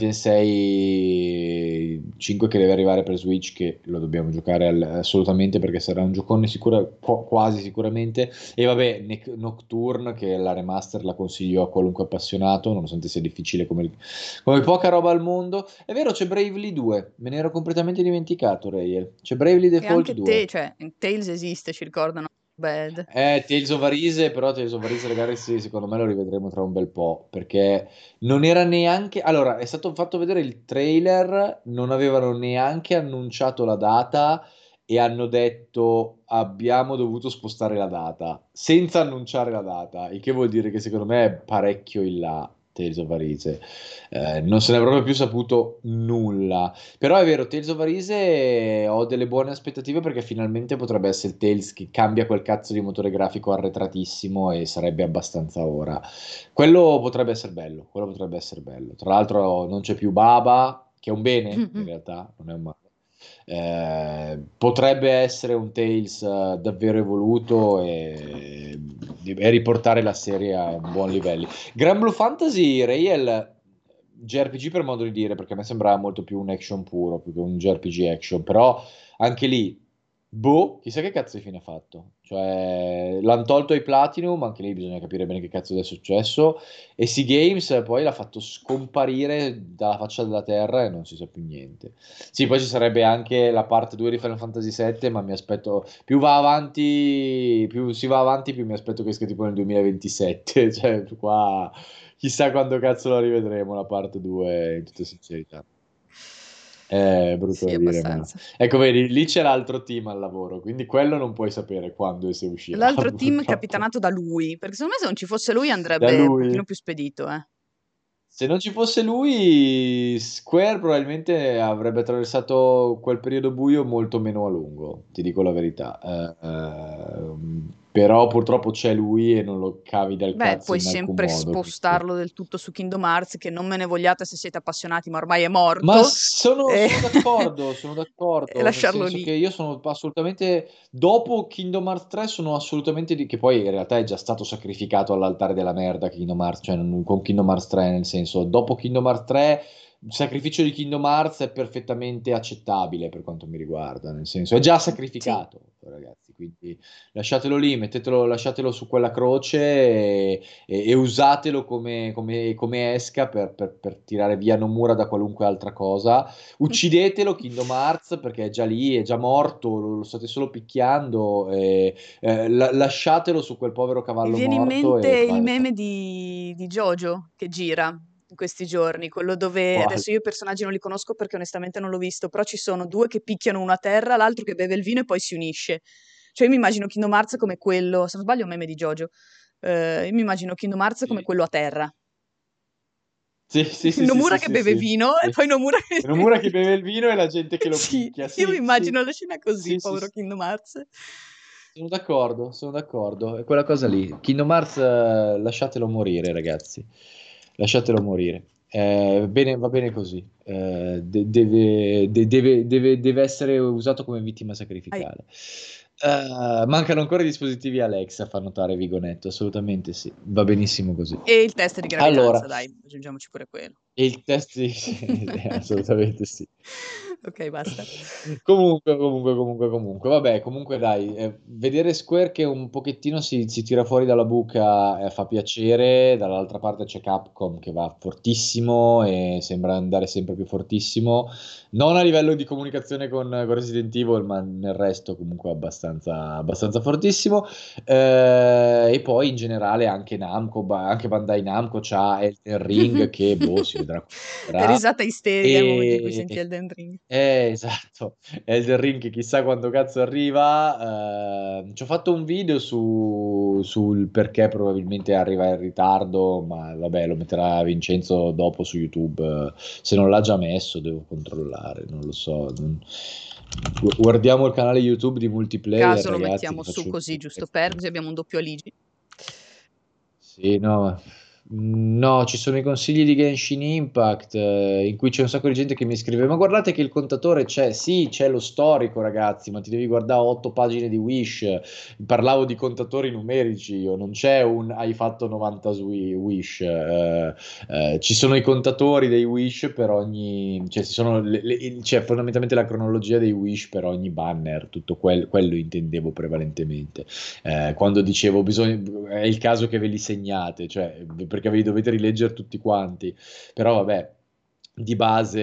Tensei cinque che deve arrivare per Switch, che lo dobbiamo giocare al- assolutamente perché sarà un giocone sicura, qu- quasi sicuramente. E vabbè, Nec- Nocturne, che è la remaster, la consiglio a qualunque appassionato, nonostante sia difficile come, come poca roba al mondo. È vero, c'è Bravely due, me ne ero completamente dimenticato, Rayel. C'è Bravely E Default anche due. te, cioè, in Tales esiste, ci ricordano. Bad. Eh, Tales of Arise, però Tales of Arise Legacy secondo me lo rivedremo tra un bel po', perché non era neanche... Allora, è stato fatto vedere il trailer, non avevano neanche annunciato la data e hanno detto abbiamo dovuto spostare la data, senza annunciare la data, il che vuol dire che secondo me è parecchio in là Tales of Arise. Eh, non se ne è proprio più saputo nulla. Però è vero, Tales of Arise ho delle buone aspettative perché finalmente potrebbe essere Tales che cambia quel cazzo di motore grafico arretratissimo e sarebbe abbastanza ora. Quello potrebbe essere bello, quello potrebbe essere bello. Tra l'altro non c'è più Baba, che è un bene in realtà, non è un male. Eh, potrebbe essere un Tales eh, davvero evoluto e, e riportare la serie a un buon livello. Gran Blue Fantasy, Rayel, J R P G per modo di dire, perché a me sembrava molto più un action puro, più che un J R P G action, però anche lì, boh, chissà che cazzo di fine ha fatto. Cioè, l'hanno tolto ai Platinum, anche lì bisogna capire bene che cazzo è successo, e Sea Games poi l'ha fatto scomparire dalla faccia della terra e non si sa più niente. Sì, poi ci sarebbe anche la parte due di Final Fantasy sette, ma mi aspetto, più va avanti, più si va avanti, più mi aspetto che esca tipo nel duemilaventisette, cioè qua chissà quando cazzo la rivedremo la parte due, in tutta sincerità. È brutto Sì, da dire, ma... abbastanza. Ecco, vedi, lì c'è l'altro team al lavoro, quindi quello non puoi sapere quando e se uscirà, L'altro team purtroppo. capitanato da lui, perché secondo me se non ci fosse lui Da andrebbe un lui. pochino più spedito, eh. Se non ci fosse lui, Square probabilmente avrebbe attraversato quel periodo buio molto meno a lungo, ti dico la verità. Eh, ehm, però purtroppo c'è lui e non lo cavi dal Beh, cazzo puoi in alcun sempre modo. Quindi. spostarlo del tutto su Kingdom Hearts, che non me ne vogliate se siete appassionati, ma ormai è Ma morto, sono, e, sono d'accordo, sono e d'accordo, nel lasciarlo senso lì. che io sono assolutamente, dopo Kingdom Hearts tre sono assolutamente di, che poi in realtà è già stato sacrificato all'altare della merda Kingdom Hearts, cioè non- con Kingdom Hearts tre, nel senso, dopo Kingdom Hearts tre il sacrificio di Kingdom Hearts è perfettamente accettabile per quanto mi riguarda, nel senso è già Sì. sacrificato, ragazzi, quindi lasciatelo lì, mettetelo, lasciatelo su quella croce e, e- e usatelo come, come- come esca per, per- per tirare via Nomura da qualunque altra cosa. Uccidetelo Kingdom Hearts perché è già lì, è già morto, lo, lo state solo picchiando. E, eh, la- lasciatelo su quel povero Mi cavallo viene in morto mente e il fa- fa- meme di, di Jojo che gira in questi giorni, quello dove quale- adesso io i personaggi non li conosco perché onestamente non l'ho visto, però ci sono due che picchiano uno a terra, l'altro che beve il vino e poi si unisce. Cioè io mi immagino Kingdom Hearts come quello, se non sbaglio è un meme di Jojo, eh, io mi immagino Kingdom Hearts come Sì, quello a terra. sì, sì, sì, sì, Nomura sì, che sì, beve sì. vino e Sì. poi Nomura che... Nomura che beve il vino e la gente che lo Sì, picchia. io mi Sì, sì, immagino la scena così, sì, sì, povero sì. Kingdom Hearts. Sono d'accordo, sono d'accordo. È quella cosa lì. Kingdom Hearts, eh, lasciatelo morire, ragazzi. Lasciatelo morire. Eh, bene, va bene così. Eh, de- deve, de- deve- deve- deve essere usato come vittima Dai. sacrificale. Eh, mancano ancora i dispositivi Alexa, fa notare Vigonetto. Assolutamente sì. Va benissimo così. E il test di Allora, gravidanza, dai, aggiungiamoci pure quello. e il test, sì, sì, sì, assolutamente sì. Ok, basta. Comunque, comunque, comunque, comunque, vabbè, comunque dai, eh, vedere Square che un pochettino si, si tira fuori dalla buca eh, fa piacere, dall'altra parte c'è Capcom che va fortissimo e sembra andare sempre più fortissimo, non a livello di comunicazione con, con Resident Evil, ma nel resto comunque abbastanza, abbastanza fortissimo. Eh, e poi in generale anche Namco, ba- anche Bandai Namco c'ha Elden Ring che boh, si vedrà come sarà. Risata isterica nel momento in cui E senti Elden Ring. eh, esatto, Elden Ring chissà quando cazzo arriva. Eh, ci ho fatto un video su, sul perché probabilmente arriva in ritardo, ma vabbè, lo metterà Vincenzo dopo su YouTube. Se non l'ha già messo, devo controllare, non lo so. Non- Gu- Guardiamo il canale YouTube di Multiplayer, Caso lo ragazzi, mettiamo che su faccio così, giusto per, vedere. così abbiamo un doppio Aligi. Sì, no, no, ci sono i consigli di Genshin Impact eh, in cui c'è un sacco di gente che mi scrive: Ma guardate che il contatore c'è, sì, c'è lo storico, ragazzi, ma ti devi guardare otto pagine di Wish. Parlavo di contatori numerici, io non c'è un hai fatto novanta su i- Wish. eh, eh, ci sono i contatori dei Wish per ogni, cioè, ci sono le- le- c'è fondamentalmente la cronologia dei Wish per ogni banner, tutto quel- quello intendevo prevalentemente eh, quando dicevo bisogna, è il caso che ve li segnate, cioè, perché ve li dovete rileggere tutti quanti, però vabbè, di base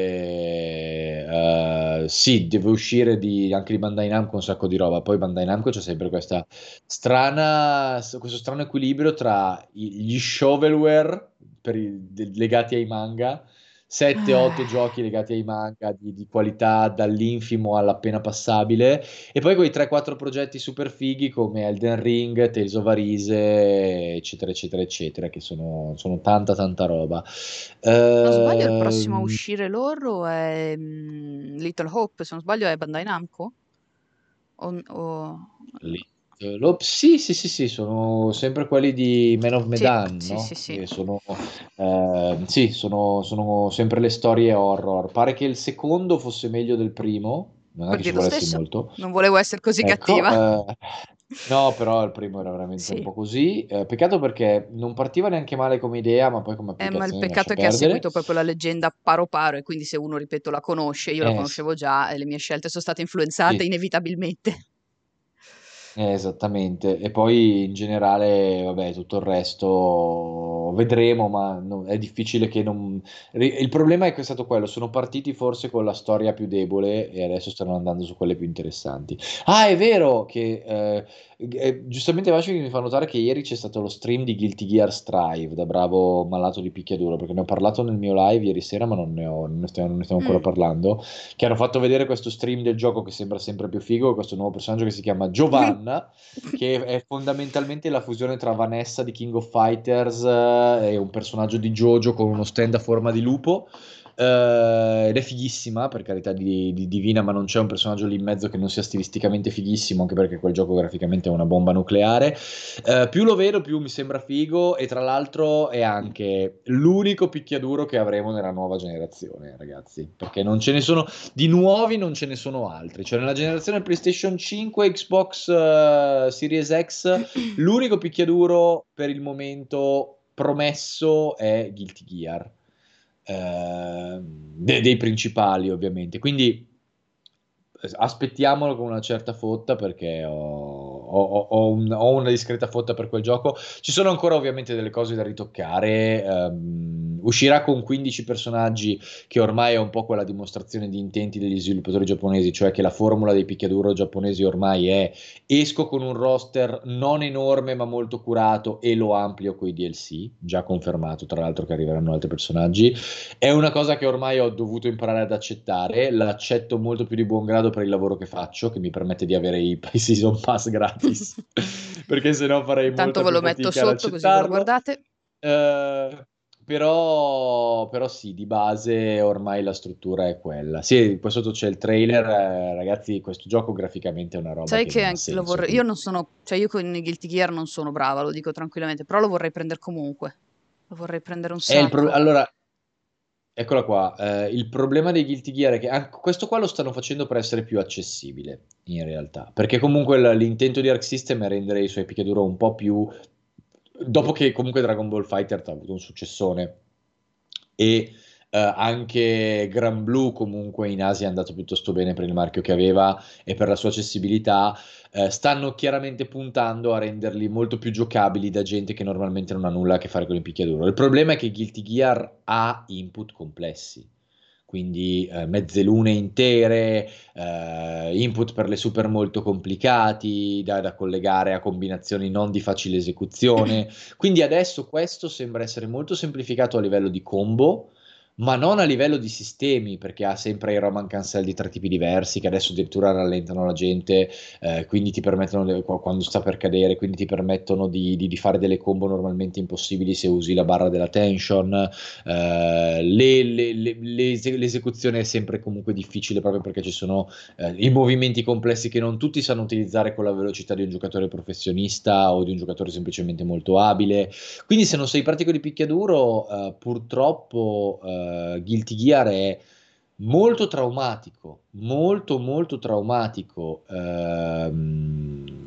eh, sì, deve uscire di, anche di Bandai Namco un sacco di roba, poi Bandai Namco c'è sempre questa strana, questo strano equilibrio tra i- gli shovelware per i- de- legati ai manga sette otto Ah, giochi legati ai manga di, di qualità dall'infimo all'appena passabile e poi quei tre quattro progetti super fighi come Elden Ring, Tales of Arise, eccetera, eccetera, eccetera, che sono, sono tanta, tanta roba. se non sbaglio il prossimo a Ehm, uscire loro è mm, Little Hope, se non sbaglio è Bandai Namco? O, o- lì- lo- sì, sì, sì, sì, sono sempre quelli di Man of Sì, Medan, sì, sì, no? sì. Che sono, ehm, sì, sono, sono sempre le storie horror. Pare che il secondo fosse meglio del primo, non è Per che ci dire lo vuole essere stesso, molto. non volevo essere così Ecco, cattiva. eh, no, però il primo era veramente un Sì, po' così. Eh, peccato perché non partiva neanche male come idea, ma poi come eh, ma il applicazione lascia peccato è che ha perdere. seguito proprio la leggenda paro paro e quindi se uno, ripeto, la conosce, io la Eh, sì, conoscevo già e le mie scelte sono state influenzate sì, inevitabilmente. eh, esattamente. E poi in generale, vabbè, tutto il resto vedremo, ma no- è difficile che non... ri- Il problema è che è stato quello, sono partiti forse con la storia più debole e adesso stanno andando su quelle più interessanti. Ah, è vero che... eh, eh, giustamente Vasco mi fa notare che ieri c'è stato lo stream di Guilty Gear Strive, da bravo malato di picchiaduro, perché ne ho parlato nel mio live ieri sera, ma non ne ho- non ne stiamo, non ne stiamo ancora Mm. parlando che hanno fatto vedere questo stream del gioco che sembra sempre più figo, questo nuovo personaggio che si chiama Giovanna, che è fondamentalmente la fusione tra Vanessa di King of Fighters è un personaggio di JoJo con uno stand a forma di lupo. Uh, ed è fighissima, per carità di, di divina, ma non c'è un personaggio lì in mezzo che non sia stilisticamente fighissimo, anche perché quel gioco graficamente è una bomba nucleare. Uh, più lo vedo più mi sembra figo, e tra l'altro è anche l'unico picchiaduro che avremo nella nuova generazione, ragazzi, perché non ce ne sono di nuovi, non ce ne sono altri. Cioè nella generazione PlayStation cinque, Xbox uh, Series X, l'unico picchiaduro per il momento promesso è Guilty Gear. Uh, de- dei principali, ovviamente, quindi aspettiamolo con una certa fotta, perché ho, ho- ho un- ho una discreta fotta per quel gioco. Ci sono ancora ovviamente delle cose da ritoccare. Ehm, uscirà con quindici personaggi, che ormai è un po' quella dimostrazione di intenti degli sviluppatori giapponesi, cioè che la formula dei picchiaduro giapponesi ormai è: esco con un roster non enorme ma molto curato e lo amplio con i D L C, già confermato tra l'altro che arriveranno altri personaggi. È una cosa che ormai ho dovuto imparare ad accettare, l'accetto molto più di buon grado per il lavoro che faccio, che mi permette di avere i Season Pass gratis, perché sennò farei Intanto molta ve più lo metto fatica ad sotto così ve lo accettarlo. guardate. Eh, però, però sì, di base ormai la struttura è quella. Sì, qua sotto c'è il trailer, eh, ragazzi, questo gioco graficamente è una roba Sai che che non ha an- lo senso. vorrei... Io non sono... Cioè io con i Guilty Gear non sono brava, lo dico tranquillamente, però lo vorrei prendere comunque. Lo vorrei prendere un È il pro- sacco. allora, eccola qua. Eh, il problema dei Guilty Gear è che anche questo qua lo stanno facendo per essere più accessibile, in realtà. Perché comunque l- l'intento di Arc System è rendere i suoi picchiaduro un po' più... Dopo che comunque Dragon Ball Fighter ha avuto un successone, e eh, anche Gran Blue comunque in Asia è andato piuttosto bene per il marchio che aveva e per la sua accessibilità, eh, stanno chiaramente puntando a renderli molto più giocabili da gente che normalmente non ha nulla a che fare con il picchiaduro. Il problema è che Guilty Gear ha input complessi, quindi eh, mezze lune intere, eh, input per le super molto complicati, da, da collegare a combinazioni non di facile esecuzione. Quindi adesso questo sembra essere molto semplificato a livello di combo, ma non a livello di sistemi, perché ha sempre i Roman cancel di tre tipi diversi, che adesso addirittura rallentano la gente, eh, quindi ti permettono, de- quando sta per cadere, quindi ti permettono di, di- di fare delle combo normalmente impossibili se usi la barra della tension. Eh, le- le- le- le- l'esecuzione è sempre comunque difficile, proprio perché ci sono eh, i movimenti complessi che non tutti sanno utilizzare con la velocità di un giocatore professionista o di un giocatore semplicemente molto abile. Quindi se non sei pratico di picchiaduro, eh, purtroppo eh, Guilty Gear è molto traumatico, molto molto traumatico. Ehm,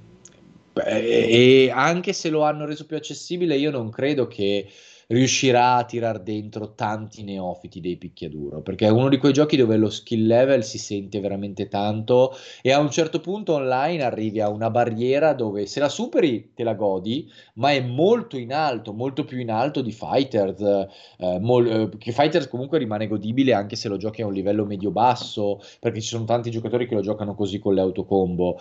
e anche se lo hanno reso più accessibile, io non credo che riuscirà a tirar dentro tanti neofiti dei picchiaduro, perché è uno di quei giochi dove lo skill level si sente veramente tanto, e a un certo punto online arrivi a una barriera dove se la superi te la godi, ma è molto in alto, molto più in alto di Fighters, eh, mol- eh, che Fighters comunque rimane godibile anche se lo giochi a un livello medio-basso, perché ci sono tanti giocatori che lo giocano così con le autocombo.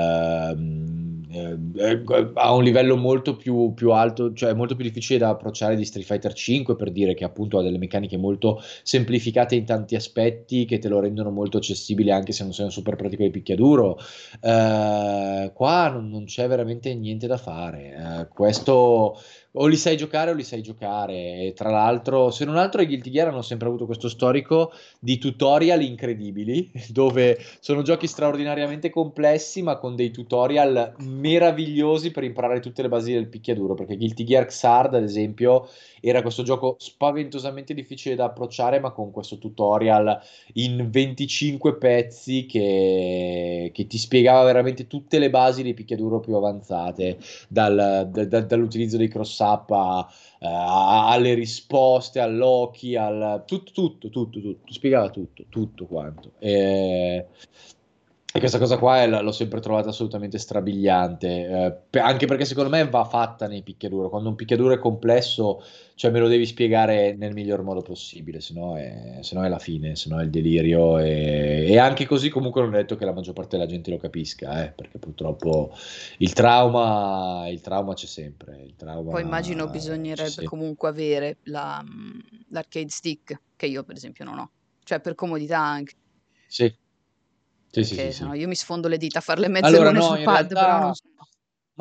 Ehm, eh, eh, a un livello molto più, più alto, cioè molto più difficile da approcciare di Street Fighter cinque, per dire, che appunto ha delle meccaniche molto semplificate in tanti aspetti, che te lo rendono molto accessibile anche se non sei un super pratico di picchiaduro. Eh, qua non, non c'è veramente niente da fare. Eh, questo o li sai giocare o li sai giocare. E tra l'altro, se non altro, i Guilty Gear hanno sempre avuto questo storico di tutorial incredibili, dove sono giochi straordinariamente complessi, ma con dei tutorial meravigliosi per imparare tutte le basi del picchiaduro. Perché Guilty Gear Xrd, ad esempio, era questo gioco spaventosamente difficile da approcciare, ma con questo tutorial in venticinque pezzi che, che ti spiegava veramente tutte le basi dei picchiaduro più avanzate, dal- da- da- dall'utilizzo dei cross-up a- a- alle risposte, all'occhi, al tutto, tutto, tutto, tutto, spiegava tutto, tutto quanto. E, e questa cosa qua è la- l'ho sempre trovata assolutamente strabiliante, eh, pe- anche perché secondo me va fatta nei picchiaduro. Quando un picchiaduro è complesso, cioè me lo devi spiegare nel miglior modo possibile, se no è, se no è la fine, se no è il delirio. E, e anche così comunque non è detto che la maggior parte della gente lo capisca, eh, perché purtroppo il trauma, il trauma c'è sempre, il Poi immagino trauma c'è bisognerebbe sempre. comunque avere la, mm, l'arcade stick, che io per esempio non ho. Cioè per comodità anche, Sì, sì, sì, sì, perché sennò sì. io mi sfondo le dita a fare le mezze Allora, lune no, sul in pad, però non realtà, so.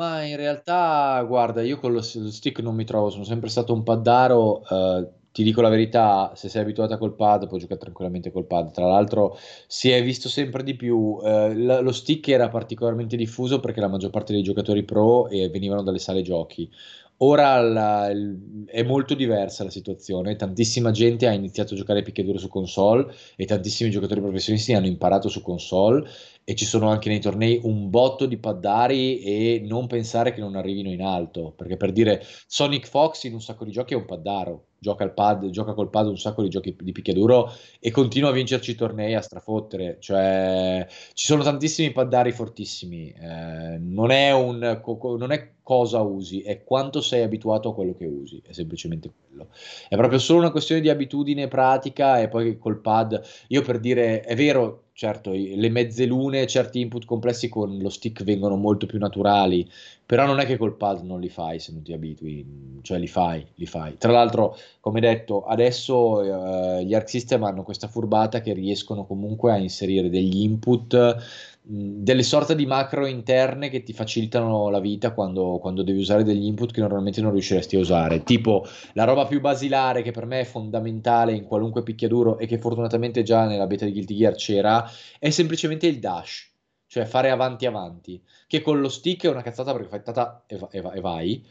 Ma in realtà, guarda, io con lo, lo stick non mi trovo, sono sempre stato un paddaro, eh, ti dico la verità, se sei abituata col pad puoi giocare tranquillamente col pad. Tra l'altro si è visto sempre di più, eh, la- lo stick era particolarmente diffuso perché la maggior parte dei giocatori pro eh, venivano dalle sale giochi. Ora la- il- è molto diversa la situazione, tantissima gente ha iniziato a giocare a picchiaduro su console e tantissimi giocatori professionisti hanno imparato su console e ci sono anche nei tornei un botto di paddari e non pensare che non arrivino in alto, perché per dire Sonic Fox in un sacco di giochi è un paddaro, gioca al pad, gioca col pad un sacco di giochi di picchiaduro e continua a vincerci tornei a strafottere, cioè ci sono tantissimi paddari fortissimi, eh, non è un, co- co- non è cosa usi, è quanto sei abituato a quello che usi, è semplicemente quello. È proprio solo una questione di abitudine pratica e poi col pad io per dire, è vero, certo, i- le mezze lune, certi input complessi con lo stick vengono molto più naturali, però non è che col pad non li fai se non ti abitui, cioè li fai, li fai. Tra l'altro, come detto, adesso eh, gli Arc System hanno questa furbata che riescono comunque a inserire degli input, mh, delle sorte di macro interne che ti facilitano la vita quando, quando devi usare degli input che normalmente non riusciresti a usare. Tipo la roba più basilare che per me è fondamentale in qualunque picchiaduro e che fortunatamente già nella beta di Guilty Gear c'era, è semplicemente il dash, cioè fare avanti avanti, che con lo stick è una cazzata perché fai tata e, va- e va- e vai,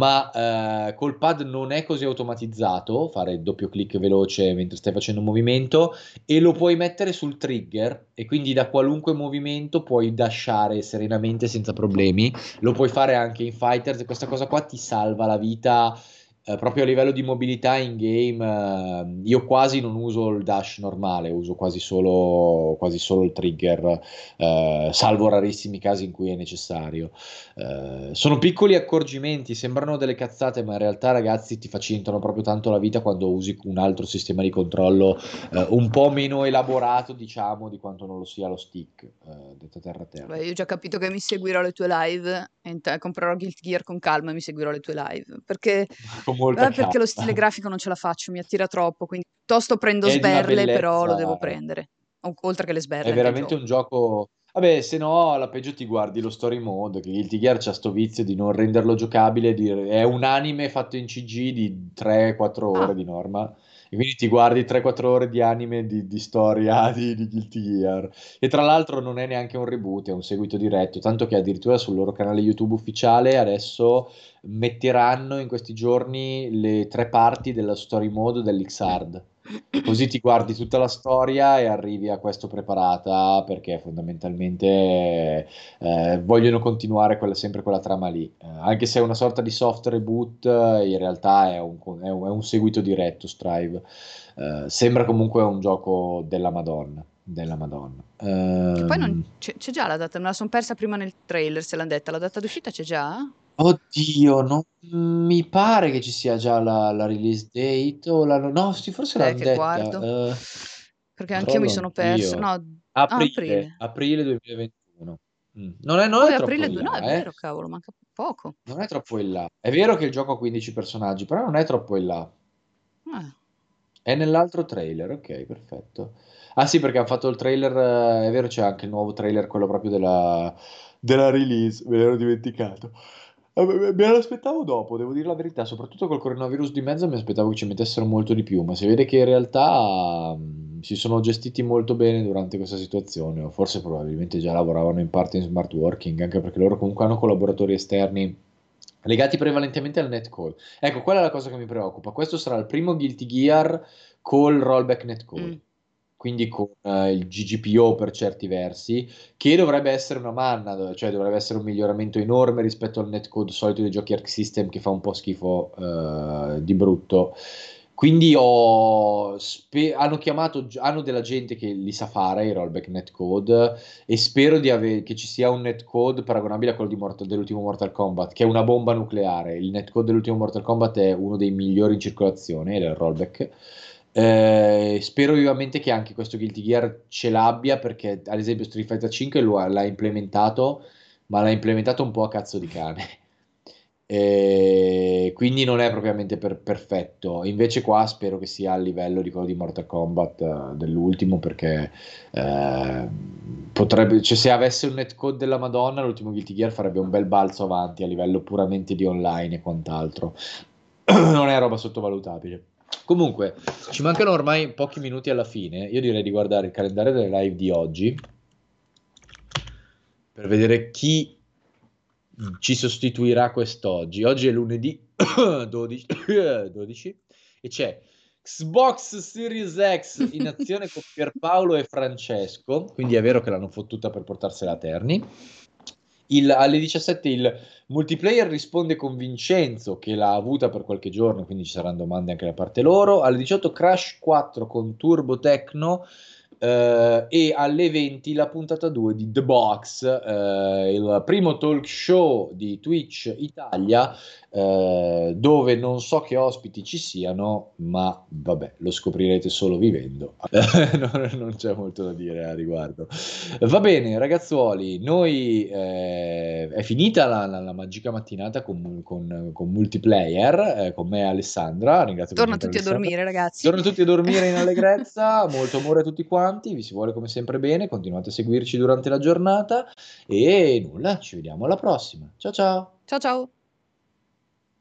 ma eh, col pad non è così automatizzato, fare il doppio clic veloce mentre stai facendo un movimento e lo puoi mettere sul trigger e quindi da qualunque movimento puoi dashare serenamente senza problemi, lo puoi fare anche in fighters e questa cosa qua ti salva la vita eh, proprio a livello di mobilità in game. Eh, io quasi non uso il dash normale, uso quasi solo, quasi solo il trigger, eh, salvo rarissimi casi in cui è necessario. Eh, sono piccoli accorgimenti, sembrano delle cazzate, ma in realtà, ragazzi, ti facilitano proprio tanto la vita quando usi un altro sistema di controllo eh, un po' meno elaborato, diciamo, di quanto non lo sia lo stick, eh, detto terra a Beh, terra. io ho già capito che mi seguirò le tue live e int- comprerò Guilty Gear con calma e mi seguirò le tue live. Perché, Con molta eh, perché lo calma. stile grafico non ce la faccio, mi attira troppo. Quindi piuttosto prendo È di una sberle, però lo devo bellezza. prendere. O- oltre che le È sberle, anche il veramente gioco. un gioco. Vabbè, se no, alla peggio ti guardi lo story mode, che Guilty Gear c'ha sto vizio di non renderlo giocabile, di- è un anime fatto in C G di tre quattro ore Ah, di norma, e quindi ti guardi tre quattro ore di anime di, di storia di, di Guilty Gear. E tra l'altro non è neanche un reboot, è un seguito diretto, tanto che addirittura sul loro canale YouTube ufficiale adesso metteranno in questi giorni le tre parti della story mode dell'Xrd. Così ti guardi tutta la storia e arrivi a questo preparata perché fondamentalmente eh, vogliono continuare quella- sempre quella trama lì. Eh, anche se è una sorta di soft reboot, eh, in realtà è un, è un- è un seguito diretto, Strive. Eh, sembra comunque un gioco della Madonna. Della Madonna. che poi non Ehm, c'è c'è già la data, me la son persa prima nel trailer, se l'han detta. La data d'uscita c'è già? Oddio, non mi pare che ci sia già la, la release date o la... No, sì, forse Aspetta, eh, l'hanno che detta. guardo. Eh, Perché anch'io mi controllo sono persa. anch'io. No, ah, Aprile, aprile. aprile duemilaventuno. Mm. Non è, non Oh, è è troppo aprile in due. No, è là, eh. vero, cavolo, manca poco. Non è troppo in là. È vero che il gioco ha quindici personaggi, però non è troppo in là. Eh. È nell'altro trailer, ok, perfetto. Ah sì, perché hanno fatto il trailer, eh, è vero, c'è anche il nuovo trailer, quello proprio della, della release, me l'ero dimenticato. Eh, Me me lo aspettavo dopo, devo dire la verità, soprattutto col coronavirus di mezzo mi aspettavo che ci mettessero molto di più, ma si vede che in realtà mh, si sono gestiti molto bene durante questa situazione, o forse probabilmente già lavoravano in parte in smart working, anche perché loro comunque hanno collaboratori esterni legati prevalentemente al netcode. Ecco, quella è la cosa che mi preoccupa. Questo sarà il primo Guilty Gear col rollback netcode, Mm. quindi con eh, il G G P O per certi versi, che dovrebbe essere una manna, do- cioè dovrebbe essere un miglioramento enorme rispetto al netcode solito dei giochi Arc System che fa un po' schifo eh, di brutto. Quindi ho spe- hanno chiamato, hanno della gente che li sa fare, i rollback netcode, e spero di ave- che ci sia un netcode paragonabile a quello di Mortal- dell'ultimo Mortal Kombat, che è una bomba nucleare. Il netcode dell'ultimo Mortal Kombat è uno dei migliori in circolazione, ed è il rollback. Eh, spero vivamente che anche questo Guilty Gear ce l'abbia, perché ad esempio Street Fighter cinque lo ha- l'ha implementato, ma l'ha implementato un po' a cazzo di cane. e quindi non è propriamente per- perfetto. Invece qua spero che sia a livello di quello di Mortal Kombat eh, dell'ultimo, perché eh, potrebbe, cioè, se avesse un netcode della Madonna, l'ultimo Guilty Gear farebbe un bel balzo avanti a livello puramente di online e quant'altro. Non è roba sottovalutabile. Comunque, ci mancano ormai pochi minuti alla fine. Io direi di guardare il calendario delle live di oggi per vedere chi ci sostituirà quest'oggi. Oggi è lunedì dodici, dodici e c'è Xbox Series X in azione con Pierpaolo e Francesco, quindi è vero che l'hanno fottuta per portarsela a Terni. Il- alle diciassette il multiplayer risponde con Vincenzo che l'ha avuta per qualche giorno, quindi ci saranno domande anche da parte loro. Alle diciotto Crash quattro con Turbo Tecno eh, e alle venti la puntata due di The Box, eh, il primo talk show di Twitch Italia, eh, dove non so che ospiti ci siano, ma vabbè, lo scoprirete solo vivendo. non, non c'è molto da dire a riguardo. Va bene, ragazzuoli, noi eh, è finita la, la- la magica mattinata con, con- con multiplayer, eh, con me e Alessandra. Ringrazio come Torna sempre tutti a Alessandra. dormire, ragazzi. Torno tutti a dormire in allegrezza, molto amore a tutti quanti, vi si vuole come sempre bene, continuate a seguirci durante la giornata e nulla, ci vediamo alla prossima. Ciao ciao! Ciao ciao.